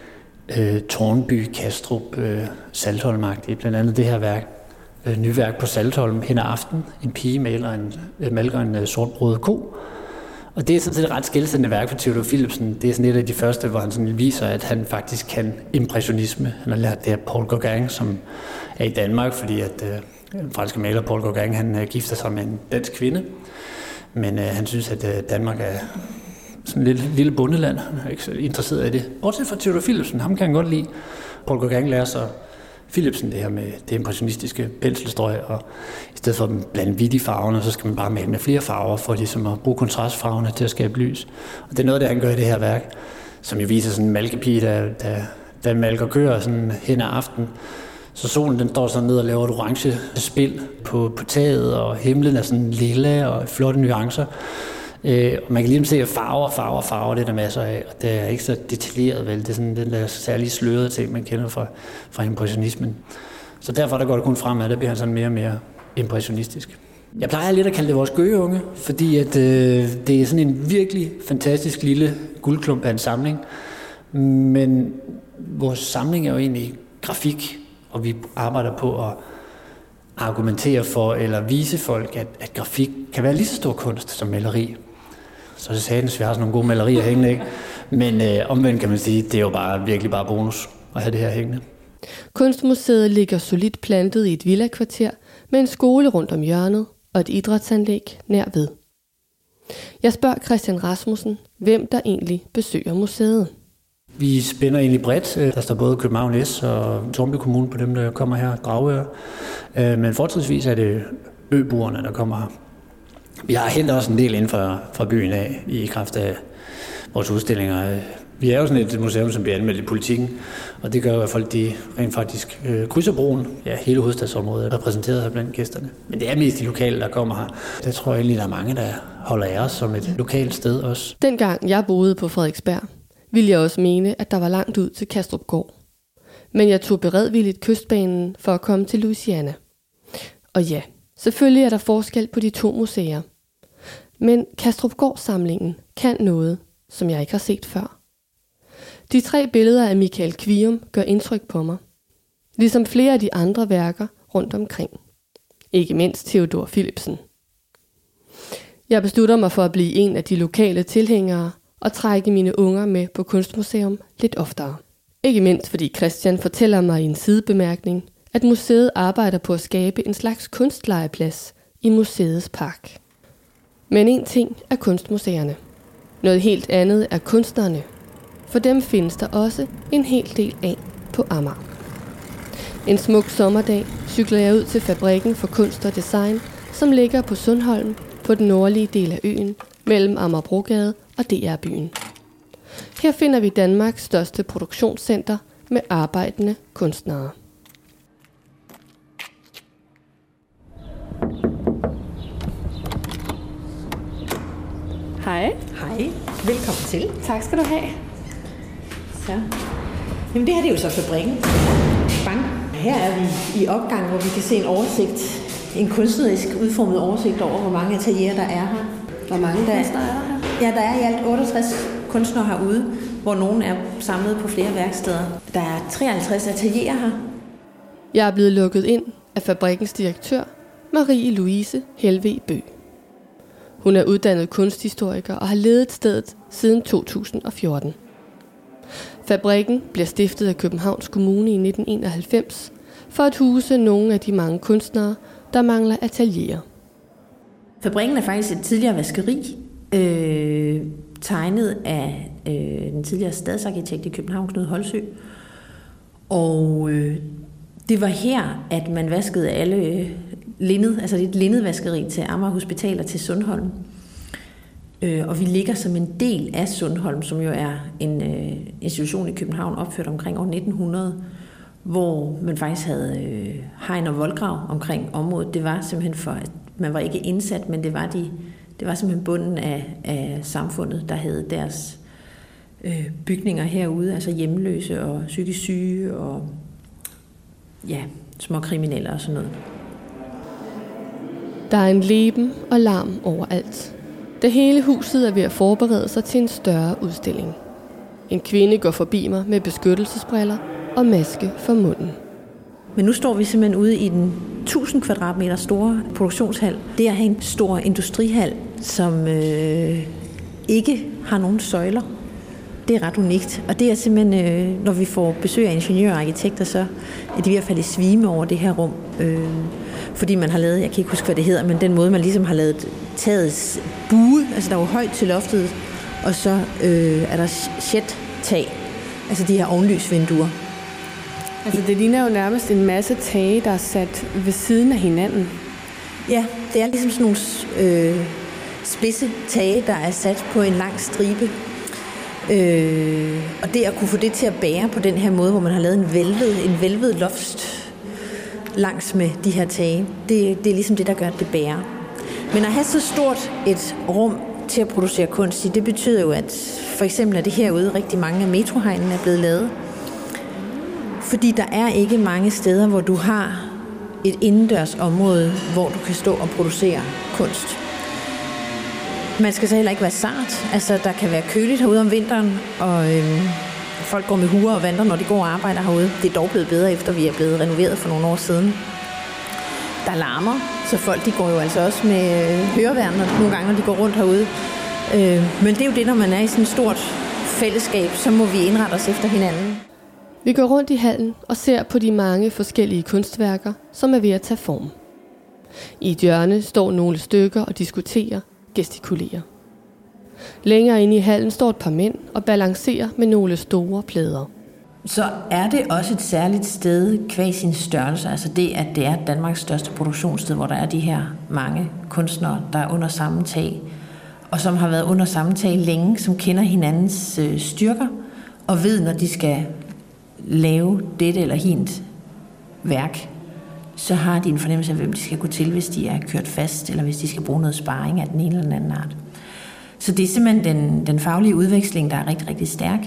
øh, Tårnby, Kastrup, øh, Saltholm-agtige. Blandt andet det her værk, øh, nyværk på Saltholm, Hen ad aften. En pige maler en, øh, malker en øh, sortbrødet ko. Og det er sådan set et ret skelsættende værk for Theodor Philipsen. Det er sådan et af de første, hvor han sådan viser, at han faktisk kan impressionisme. Han har lært det af Paul Gauguin, som er i Danmark, fordi at øh, den franske maler Paul Gauguin, han øh, gifter sig med en dansk kvinde. Men øh, han synes, at øh, Danmark er sådan et lille, lille bundeland. Han er ikke så interesseret i det. Bortset fra Theodor Philipsen, ham kan han godt lide. Paul Gauguin lærer så Philipsen det her med det impressionistiske penselstrøg, og i stedet for at blande hvidt i farverne, så skal man bare male med flere farver, for ligesom at bruge kontrastfarverne til at skabe lys. Og det er noget af det, han gør i det her værk, som jo viser sådan en malkepige, der, der, der malker køer sådan hen ad aften. Så solen den står sådan ned og laver et orange spil på, på taget, og himlen er sådan lille og flotte nuancer. Øh, og man kan lige se, at farver, farver, farver, det er der masser af, og det er ikke så detaljeret, vel. Det er sådan den der særlige slørede ting, man kender fra, fra impressionismen. Så derfor der går det kun fremad, der bliver han sådan mere og mere impressionistisk. Jeg plejer lidt at kalde det vores gøgeunge, fordi at, øh, det er sådan en virkelig fantastisk lille guldklump af en samling. Men vores samling er jo egentlig grafik, og vi arbejder på at argumentere for eller vise folk, at, at grafik kan være lige så stor kunst som maleri. Så det sagde den, vi har sådan nogle gode malerier hængende, ikke? Men øh, omvendt kan man sige, det er jo bare virkelig bare bonus at have det her hængende. Kunstmuseet ligger solidt plantet i et villakvarter med en skole rundt om hjørnet og et idrætsanlæg nær ved. Jeg spørger Christian Rasmussen, hvem der egentlig besøger museet. Vi spænder egentlig bredt. Der står både København S og Tårnby Kommune på dem, der kommer her, Dragør. Men fortrinsvis er det øboerne, der kommer her. Vi har hentet også en del inden for, fra byen af i kraft af vores udstillinger. Vi er jo sådan et museum, som bliver anmeldt i Politikken, og det gør jo, at folk de rent faktisk øh, krydser broen. Ja, hele hovedstadsområdet er repræsenteret her blandt gæsterne. Men det er mest de lokale, der kommer her. Der tror jeg egentlig, der er mange, der holder af os som et lokalt sted også. Dengang jeg boede på Frederiksberg, ville jeg også mene, at der var langt ud til Kastrupgård. Men jeg tog beredvilligt kystbanen for at komme til Louisiana. Og ja, selvfølgelig er der forskel på de to museer. Men Kastrupgård-samlingen kan noget, som jeg ikke har set før. De tre billeder af Michael Kvium gør indtryk på mig. Ligesom flere af de andre værker rundt omkring. Ikke mindst Theodor Philipsen. Jeg beslutter mig for at blive en af de lokale tilhængere og trække mine unger med på kunstmuseum lidt oftere. Ikke mindst fordi Christian fortæller mig i en sidebemærkning, at museet arbejder på at skabe en slags kunstlegeplads i museets park. Men en ting er kunstmuseerne. Noget helt andet er kunstnerne. For dem findes der også en hel del af på Amager. En smuk sommerdag cykler jeg ud til fabrikken for kunst og design, som ligger på Sundholm på den nordlige del af øen, mellem Amagerbrogade og D R-byen. Her finder vi Danmarks største produktionscenter med arbejdende kunstnere. Hej. Hej. Velkommen til. Tak skal du have. Så. Jamen det her det er jo så fabrikken. Bang. Her er vi i opgang, hvor vi kan se en oversigt. En kunstnerisk udformet oversigt over, hvor mange atelierer der er her. Hvor mange der, kunstnere er der her? Ja, der er i alt otteogtres kunstnere herude, hvor nogle er samlet på flere værksteder. Der er treoghalvtreds atelierer her. Jeg er blevet lukket ind af fabrikkens direktør, Marie-Louise Helve Bø. Hun er uddannet kunsthistoriker og har ledet stedet siden to tusind og fjorten. Fabrikken bliver stiftet af Københavns Kommune i nitten enoghalvfems for at huse nogle af de mange kunstnere, der mangler atelierer. Fabrikken er faktisk et tidligere vaskeri, øh, tegnet af øh, den tidligere stadsarkitekt i København, Knud Holsø. Og øh, det var her, at man vaskede alle øh, linned, altså et linnedvaskeri til Amager Hospital og til Sundholm. Øh, og vi ligger som en del af Sundholm, som jo er en øh, institution i København opført omkring år nitten hundrede, hvor man faktisk havde øh, hegn og voldgrav omkring området. Det var simpelthen for, at man var ikke indsat, men det var, de, det var simpelthen bunden af, af samfundet, der havde deres øh, bygninger herude, altså hjemløse og psykisk syge og ja, små kriminelle og sådan noget. Der er en leben og larm overalt. Det hele huset er ved at forberede sig til en større udstilling. En kvinde går forbi mig med beskyttelsesbriller og maske for munden. Men nu står vi simpelthen ude i den tusind kvadratmeter store produktionshal. Det er en stor industrihal, som øh, ikke har nogen søjler. Det er ret unikt. Og det er simpelthen, øh, når vi får besøg af ingeniører og arkitekter, så er de i hvert fald i svime over det her rum. Øh, fordi man har lavet, jeg kan ikke huske, hvad det hedder, men den måde, man ligesom har lavet taget bue, altså der er jo højt til loftet, og så øh, er der shed-tag, altså de her ovenlysvinduer. Altså det ligner jo nærmest en masse tage, der er sat ved siden af hinanden. Ja, det er ligesom sådan nogle øh, spidse tage, der er sat på en lang stribe. Øh, og det at kunne få det til at bære på den her måde, hvor man har lavet en vælvet, en vælvet loft langs med de her tage, det, det er ligesom det, der gør, at det bærer. Men at have så stort et rum til at producere kunst i, det betyder jo, at for eksempel er det herude rigtig mange af metrohegnene er blevet lavet. Fordi der er ikke mange steder, hvor du har et indendørs område, hvor du kan stå og producere kunst. Man skal så heller ikke være sart. Altså, der kan være køligt herude om vinteren, og øhm, folk går med huer og vandrer, når de går og arbejder herude. Det er dog blevet bedre, efter vi er blevet renoveret for nogle år siden. Der larmer, så folk de går jo altså også med høreværn nogle gange, når de går rundt herude. Øh, men det er jo det, når man er i sådan et stort fællesskab, så må vi indrette os efter hinanden. Vi går rundt i hallen og ser på de mange forskellige kunstværker, som er ved at tage form. I et hjørne står nogle stykker og diskuterer, gestikulerer. Længere inde i hallen står et par mænd og balancerer med nogle store plader. Så er det også et særligt sted kvæg sin størrelse, altså det, at det er Danmarks største produktionssted, hvor der er de her mange kunstnere, der er under samme tag, og som har været under samme tag længe, som kender hinandens øh, styrker, og ved, når de skal lave dette eller hint værk, så har de en fornemmelse af, hvem de skal gå til, hvis de er kørt fast, eller hvis de skal bruge noget sparring af den ene eller den anden art. Så det er simpelthen den, den faglige udveksling, der er rigtig, rigtig stærk.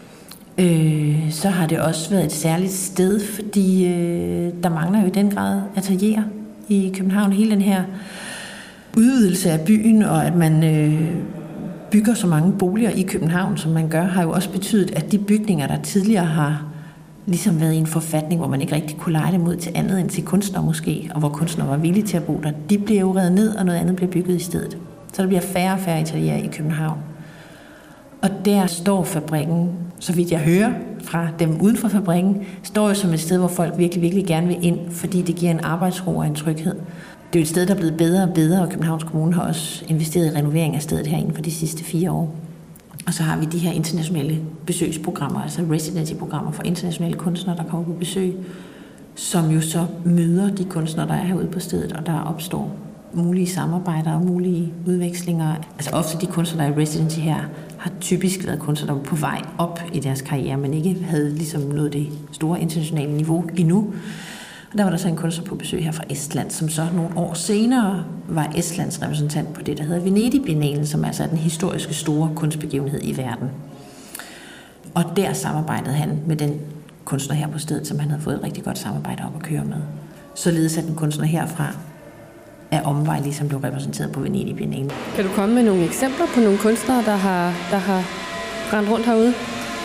Øh, så har det også været et særligt sted, fordi øh, der mangler jo i den grad atelierer i København. Hele den her udvidelse af byen, og at man øh, bygger så mange boliger i København, som man gør, har jo også betydet, at de bygninger, der tidligere har ligesom været i en forfatning, hvor man ikke rigtig kunne leje dem ud til andet end til kunstnere måske, og hvor kunstnere var villige til at bo der, de bliver jo revet ned, og noget andet bliver bygget i stedet. Så der bliver færre og færre atelierer i København. Og der står fabrikken, så vidt jeg hører fra dem uden for fabrikken, står jo som et sted, hvor folk virkelig, virkelig gerne vil ind, fordi det giver en arbejdsro og en tryghed. Det er jo et sted, der er blevet bedre og bedre, og Københavns Kommune har også investeret i renovering af stedet her inden for de sidste fire år. Og så har vi de her internationale besøgsprogrammer, altså residency-programmer for internationale kunstnere, der kommer på besøg, som jo så møder de kunstnere, der er herude på stedet, og der opstår mulige samarbejder og mulige udvekslinger. Altså ofte de kunstnere, der er i residency her, har typisk været kunstnere, der var på vej op i deres karriere, men ikke havde ligesom nået det store internationale niveau endnu. Og der var der så en kunstner på besøg her fra Estland, som så nogle år senere var Estlands repræsentant på det, der hedder Venedig-biennalen, som altså er den historiske store kunstbegivenhed i verden. Og der samarbejdede han med den kunstner her på stedet, som han havde fået et rigtig godt samarbejde op at køre med. Således at den kunstner herfra af omvej ligesom blev repræsenteret på Venedig-biennalen. Kan du komme med nogle eksempler på nogle kunstnere, der har, der har rendt rundt herude?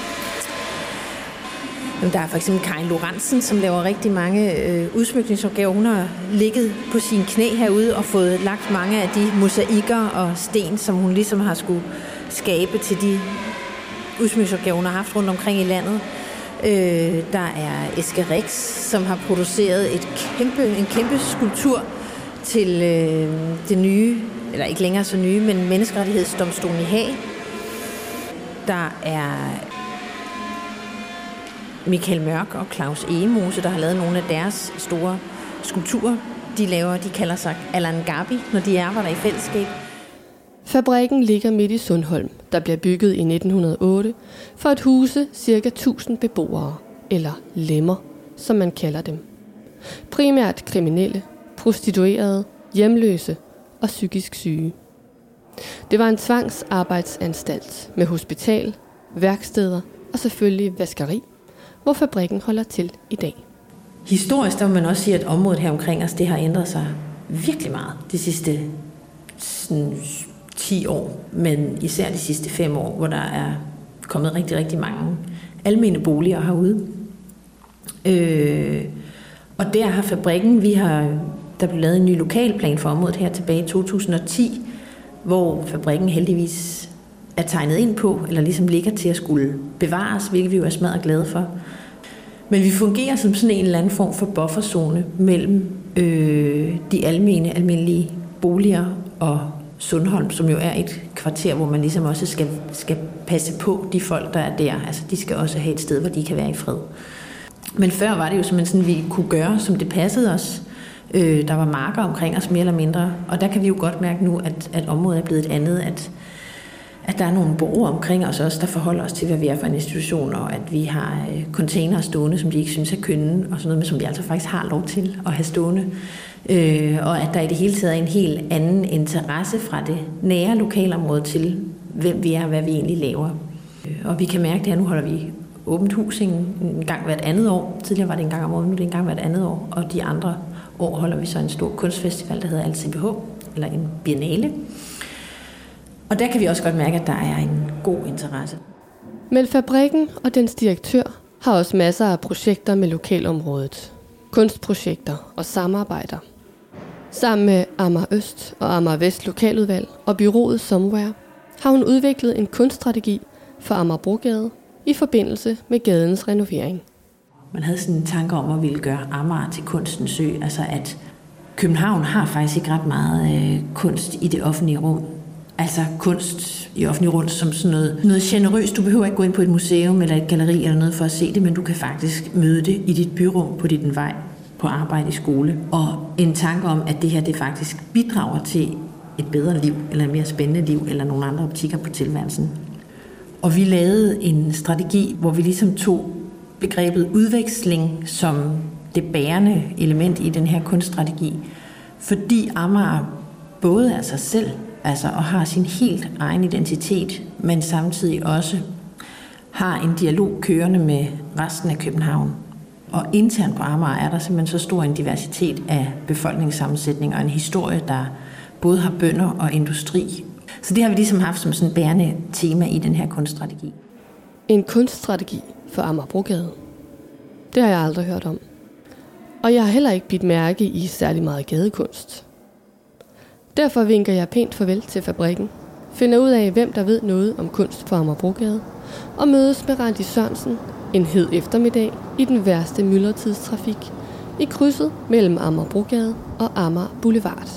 Der er for eksempel Karin Lorentzen, som laver rigtig mange øh, udsmykningsopgaver. Hun har ligget på sine knæ herude og fået lagt mange af de mosaikker og sten, som hun ligesom har skulle skabe til de udsmykningsopgaver, hun har haft rundt omkring i landet. Øh, der er Eske Rix, som har produceret et kæmpe, en kæmpe skulptur til øh, det nye, eller ikke længere så nye, men Menneskerettighedsdomstolen i Haag. Der er Michael Mørk og Claus Egemose, der har lavet nogle af deres store skulpturer. De laver, de kalder sig Allan Gabi, når de arbejder i fællesskab. Fabrikken ligger midt i Sundholm, der bliver bygget i nitten hundrede og otte for at huse ca. tusind beboere, eller lemmer, som man kalder dem. Primært kriminelle, prostituerede, hjemløse og psykisk syge. Det var en tvangsarbejdsanstalt med hospital, værksteder og selvfølgelig vaskeri, hvor fabrikken holder til i dag. Historisk der må man også sige, at området her omkring os, det har ændret sig virkelig meget de sidste sådan, ti år, men især de sidste fem år, hvor der er kommet rigtig, rigtig mange almene boliger herude. Øh, og der har fabrikken, vi har, der blev lavet en ny lokalplan for området her tilbage i to tusind og ti, hvor fabrikken heldigvis er tegnet ind på, eller ligesom ligger til at skulle bevares, hvilket vi jo er smadret glade for. Men vi fungerer som sådan en eller anden form for bufferzone mellem øh, de almene, almindelige boliger og Sundholm, som jo er et kvarter, hvor man ligesom også skal, skal passe på de folk, der er der. Altså, de skal også have et sted, hvor de kan være i fred. Men før var det jo simpelthen sådan, vi kunne gøre, som det passede os. Øh, der var marker omkring os, mere eller mindre. Og der kan vi jo godt mærke nu, at, at området er blevet et andet, at, at der er nogle borgere omkring os også, der forholder os til, hvad vi er for en institution, og at vi har øh, containere stående, som de ikke synes er kønne, og sådan noget, men som vi altså faktisk har lov til at have stående. Øh, og at der i det hele taget er en helt anden interesse fra det nære lokalområde til, hvem vi er og hvad vi egentlig laver. Og vi kan mærke det her, nu holder vi åbent hus en, en gang hvert andet år. Tidligere var det en gang om året, nu er det en gang hvert andet år. Og de andre år holder vi så en stor kunstfestival, der hedder L C B H, eller en biennale. Og der kan vi også godt mærke, at der er en god interesse. Men fabrikken og dens direktør har også masser af projekter med lokalområdet. Kunstprojekter og samarbejder. Sammen med Amager Øst og Amager Vest lokaludvalg og byrået Somewhere har hun udviklet en kunststrategi for Amagerbrogade i forbindelse med gadens renovering. Man havde sådan en tanke om at ville gøre Amager til kunstens ø, altså at København har faktisk ikke ret meget øh, kunst i det offentlige rum. Altså kunst i offentlige rum som sådan noget, noget generøst. Du behøver ikke gå ind på et museum eller et galleri eller noget for at se det, men du kan faktisk møde det i dit byrum på din vej på arbejde i skole. Og en tanke om, at det her det faktisk bidrager til et bedre liv, eller et mere spændende liv, eller nogle andre optikker på tilværelsen. Og vi lavede en strategi, hvor vi ligesom tog begrebet udveksling som det bærende element i den her kunststrategi, fordi Amager både er sig selv, altså og har sin helt egen identitet, men samtidig også har en dialog kørende med resten af København. Og internt på Amager er der simpelthen så stor en diversitet af befolkningssammensætning og en historie, der både har bønder og industri. Så det har vi ligesom haft som sådan bærende tema i den her kunststrategi. En kunststrategi for Amagerbrogade. Det har jeg aldrig hørt om. Og jeg har heller ikke bidt mærke i særlig meget gadekunst. Derfor vinker jeg pænt farvel til fabrikken, finder ud af, hvem der ved noget om kunst på Amagerbrogade, og mødes med Randi Sørensen en hed eftermiddag i den værste myldretidstrafik i krydset mellem Amagerbrogade og Amager Boulevard.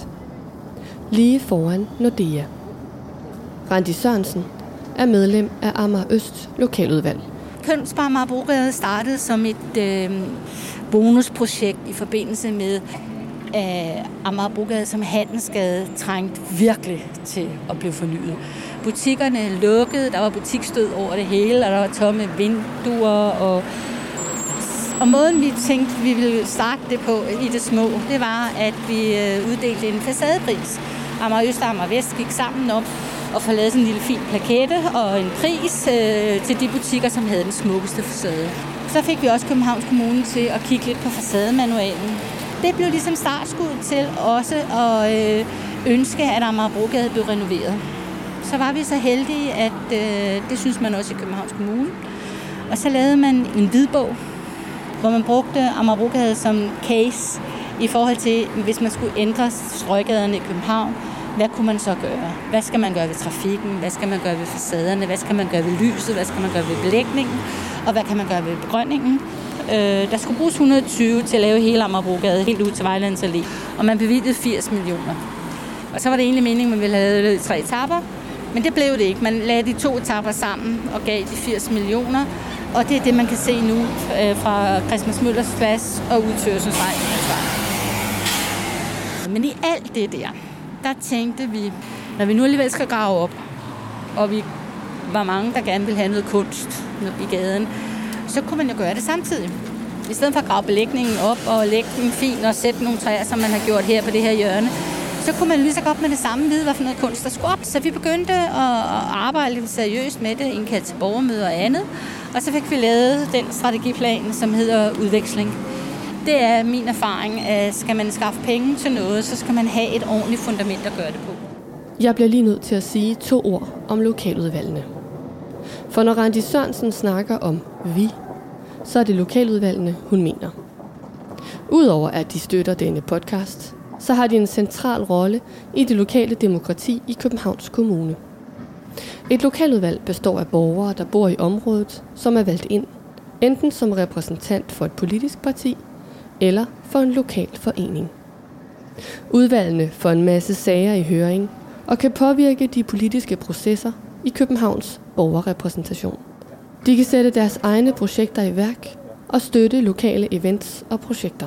Lige foran Nordea. Randi Sørensen er medlem af Amager Øst lokaludvalg. Kunst på Amagerbrogade startede som et øh, bonusprojekt i forbindelse med at Amagerbrogade som handelsgade trængte virkelig til at blive fornyet. Butikkerne lukkede, der var butiksstød over det hele, og der var tomme vinduer, og, Og måden, vi tænkte, vi ville starte det på i det små, det var, at vi uddelte en facadepris. Amager Øst og Amager Vest gik sammen op og få lavet sådan en lille fin plakette og en pris øh, til de butikker, som havde den smukkeste facade. Så fik vi også Københavns Kommune til at kigge lidt på facademanualen. Det blev ligesom startskud til også at øh, ønske, at Amagerbrogade blev renoveret. Så var vi så heldige, at øh, det synes man også i Københavns Kommune. Og så lavede man en hvidbog, hvor man brugte Amagerbrogade som case i forhold til, hvis man skulle ændre strøgaderne i København. Hvad kunne man så gøre? Hvad skal man gøre ved trafikken? Hvad skal man gøre ved facaderne? Hvad skal man gøre ved lyset? Hvad skal man gøre ved belægningen? Og hvad kan man gøre ved begrønningen? Øh, der skulle bruges et hundrede og tyve til at lave hele Amagerbrogade, helt ud til Vejlands Allé. Og man bevilgede firs millioner. Og så var det egentlig meningen, at man ville have lavet tre etaper. Men det blev det ikke. Man lagde de to etaper sammen og gav de firs millioner. Og det er det, man kan se nu øh, fra Christmas Møllers Plads og ud til Østersvej. Men i alt det der, der tænkte vi, når vi nu alligevel skal grave op, og vi var mange, der gerne ville have noget kunst i gaden, så kunne man jo gøre det samtidig. I stedet for at grave belægningen op og lægge den fin og sætte nogle træer, som man har gjort her på det her hjørne, så kunne man lige så godt med det samme vide, hvad for noget kunst der skulle op. Så vi begyndte at arbejde lidt seriøst med det, indkaldt til borgermøder og andet. Og så fik vi lavet den strategiplan, som hedder udveksling. Det er min erfaring, at skal man skaffe penge til noget, så skal man have et ordentligt fundament at gøre det på. Jeg bliver lige nødt til at sige to ord om lokaludvalgene. For når Randi Sørensen snakker om vi, så er det lokaludvalgene, hun mener. Udover at de støtter denne podcast, så har de en central rolle i det lokale demokrati i Københavns Kommune. Et lokaludvalg består af borgere, der bor i området, som er valgt ind, enten som repræsentant for et politisk parti eller for en lokal forening. Udvalgene får en masse sager i høring og kan påvirke de politiske processer i Københavns borgerrepræsentation. De kan sætte deres egne projekter i værk og støtte lokale events og projekter.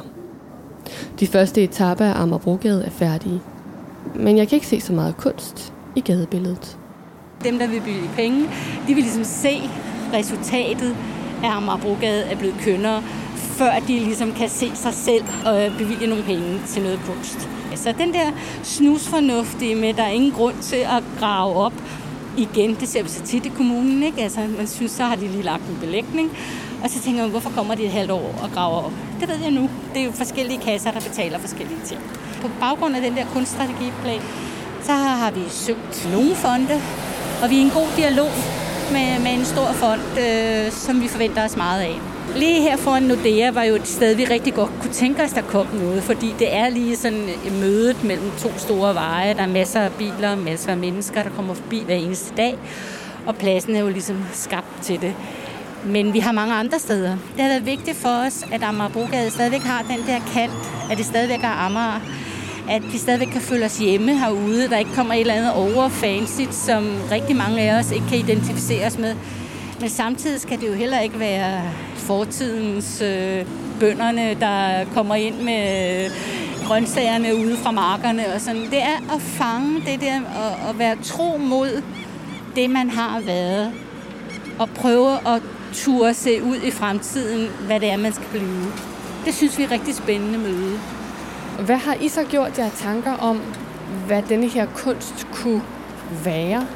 De første etaper af Amagerbrogade er færdige, men jeg kan ikke se så meget kunst i gadebilledet. Dem, der vil bygge penge, de vil ligesom se resultatet af Amagerbrogade er blevet kønnere, før de ligesom kan se sig selv og bevilge nogle penge til noget kunst. Så den der snusfornuftige med, der er ingen grund til at grave op igen, det ser vi så tit i kommunen, ikke? Altså, man synes, så har de lige lagt en belægning, og så tænker man, hvorfor kommer de et halvt år og graver op? Det ved jeg nu. Det er jo forskellige kasser, der betaler forskellige ting. På baggrund af den der kunststrategiplan, så har vi søgt nogle fonde, og vi er i en god dialog med, med en stor fond, øh, som vi forventer os meget af. Lige her foran Nordea var jo et sted, vi rigtig godt kunne tænke os, der kom noget, fordi det er lige sådan mødet mellem to store veje. Der er masser af biler, masser af mennesker, der kommer forbi hver eneste dag, og pladsen er jo ligesom skabt til det. Men vi har mange andre steder. Det har været vigtigt for os, at Amagerbrogade stadigvæk har den der kant, at det stadigvæk er Amager, at vi stadigvæk kan føle os hjemme herude, der ikke kommer et eller andet overfancy, som rigtig mange af os ikke kan identificere os med. Men samtidig skal det jo heller ikke være fortidens øh, bønderne, der kommer ind med øh, grøntsagerne ude fra markerne og sådan. Det er at fange det der og at være tro mod det, man har været, og prøve at turde se ud i fremtiden, hvad det er, man skal blive. Det synes vi er rigtig spændende møde. Hvad har I så gjort jer tanker om, hvad denne her kunst kunne være?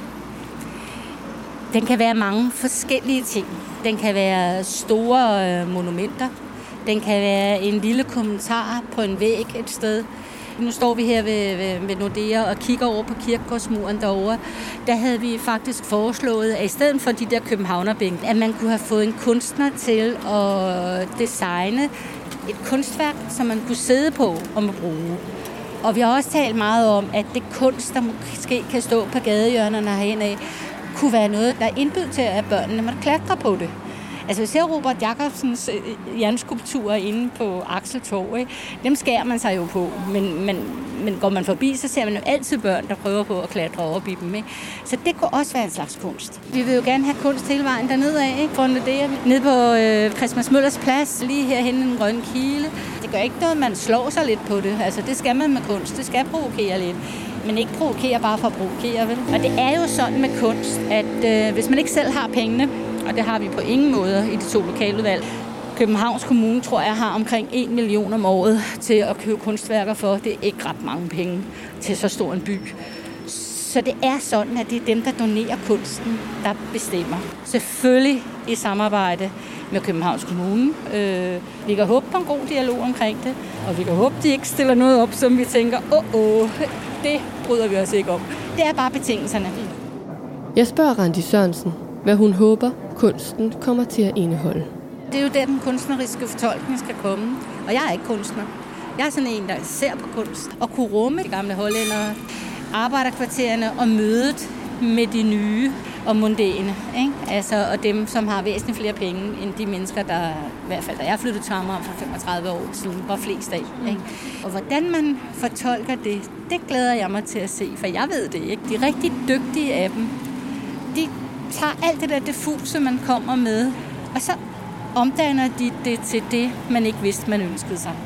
Den kan være mange forskellige ting. Den kan være store øh, monumenter. Den kan være en lille kommentar på en væg et sted. Nu står vi her ved, ved, ved Nordea og kigger over på kirkegårdsmuren derovre. Der havde vi faktisk foreslået, at i stedet for de der københavnerbænke, at man kunne have fået en kunstner til at designe et kunstværk, som man kunne sidde på og bruge. Og vi har også talt meget om, at det kunst, der måske kan stå på gadehjørnerne herhenad, kunne være noget, der er indbydet til, at børnene måtte klatre på det. Altså, vi ser Robert Jacobsens jernskulpturer inde på Akseltorv, ikke? Dem skærer man sig jo på, men, men, men går man forbi, så ser man jo altid børn, der prøver på at klatre op i dem, ikke? Så det kunne også være en slags kunst. Vi vil jo gerne have kunst hele vejen dernede af, ikke? Fra Nordea, ned på øh, Christmas Møllers Plads, lige herhenne i den grønne kile. Det gør ikke noget, man slår sig lidt på det. Altså, det skal man med kunst. Det skal provokere lidt. Men ikke provokere bare for at provokere, vel? Og det er jo sådan med kunst, at øh, hvis man ikke selv har pengene, og det har vi på ingen måde i de to lokaludvalg, Københavns Kommune, tror jeg, har omkring en million om året til at købe kunstværker for. Det er ikke ret mange penge til så stor en by. Så det er sådan, at det er dem, der donerer kunsten, der bestemmer. Selvfølgelig i samarbejde med Københavns Kommune. Øh, vi kan håbe på en god dialog omkring det, og vi kan håbe, de ikke stiller noget op, som vi tænker, åh, åh, det bryder vi os ikke om. Det er bare betingelserne. Jeg spørger Randi Sørensen, hvad hun håber, kunsten kommer til at indeholde. Det er jo der, den kunstneriske fortolkning skal komme, og jeg er ikke kunstner. Jeg er sådan en, der ser på kunst og kunne rumme de gamle hollændere, arbejderkvartererne og mødet med de nye og mundane, ikke? Altså, og dem, som har væsentligt flere penge end de mennesker, der i hvert fald, da jeg flyttede til Amager for femogtredive år siden, var flest af. Ikke? Og hvordan man fortolker det, det glæder jeg mig til at se, for jeg ved det ikke. De rigtig dygtige af dem, de tager alt det der diffuse, man kommer med, og så omdanner de det til det, man ikke vidste, man ønskede sig.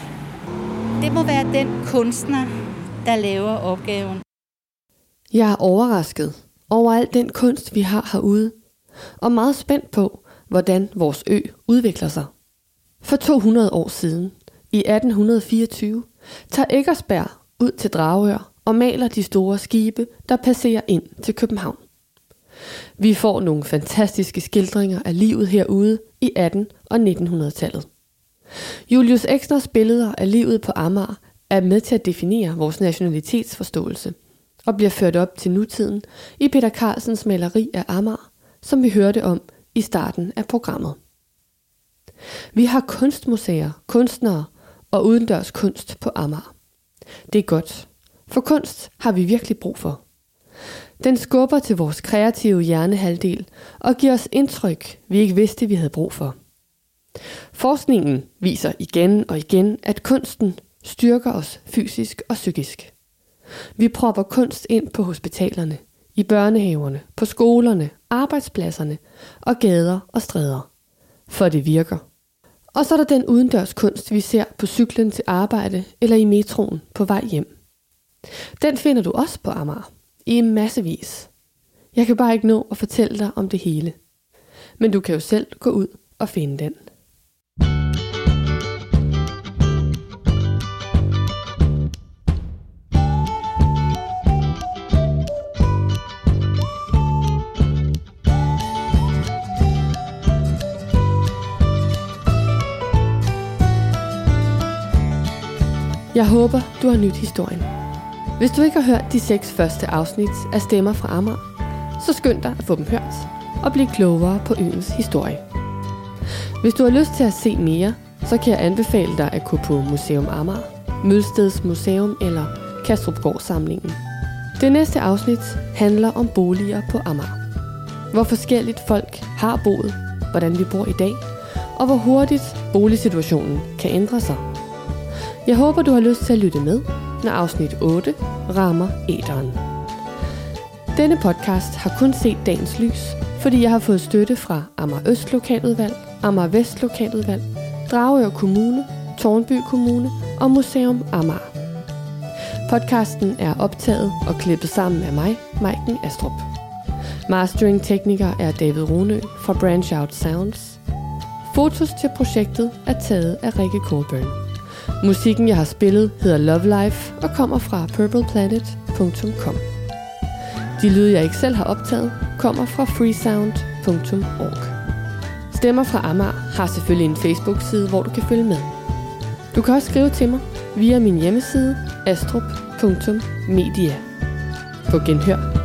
Det må være den kunstner, der laver opgaven. Jeg er overrasket over al den kunst, vi har herude, og meget spændt på, hvordan vores ø udvikler sig. For to hundrede år siden, i atten fireogtyve, tager Eckersberg ud til Dragør og maler de store skibe, der passerer ind til København. Vi får nogle fantastiske skildringer af livet herude i atten- og nittenhundredetallet. Julius Exners billeder af livet på Amager er med til at definere vores nationalitetsforståelse og bliver ført op til nutiden i Peter Carlsens maleri af Amager, som vi hørte om i starten af programmet. Vi har kunstmuseer, kunstnere og udendørs kunst på Amager. Det er godt, for kunst har vi virkelig brug for. Den skubber til vores kreative hjernehalvdel og giver os indtryk, vi ikke vidste, vi havde brug for. Forskningen viser igen og igen, at kunsten styrker os fysisk og psykisk. Vi propper kunst ind på hospitalerne, i børnehaverne, på skolerne, arbejdspladserne og gader og stræder. For det virker. Og så er der den udendørs kunst, vi ser på cyklen til arbejde eller i metroen på vej hjem. Den finder du også på Amager, i massevis. Jeg kan bare ikke nå at fortælle dig om det hele. Men du kan jo selv gå ud og finde den. Jeg håber, du har nydt historien. Hvis du ikke har hørt de seks første afsnit af Stemmer fra Amager, så skynd dig at få dem hørt og blive klogere på øens historie. Hvis du har lyst til at se mere, så kan jeg anbefale dig at gå på Museum Amager, Mølsteds Museum eller Kastrupgård-samlingen. Det næste afsnit handler om boliger på Amager. Hvor forskelligt folk har boet, hvordan vi bor i dag, og hvor hurtigt boligsituationen kan ændre sig. Jeg håber, du har lyst til at lytte med, når afsnit otte rammer æteren. Denne podcast har kun set dagens lys, fordi jeg har fået støtte fra Amager Øst Lokaludvalg, Amager Vest Lokaludvalg, Dragør Kommune, Tårnby Kommune og Museum Amager. Podcasten er optaget og klippet sammen af mig, Maiken Astrup. Mastering-tekniker er David Runø fra Branch Out Sounds. Fotos til projektet er taget af Rikke Colburn. Musikken, jeg har spillet, hedder Love Life og kommer fra purple planet punktum com. De lyde, jeg ikke selv har optaget, kommer fra freesound punktum org. Stemmer fra Amager har selvfølgelig en Facebook-side, hvor du kan følge med. Du kan også skrive til mig via min hjemmeside astrup punktum media. På genhør.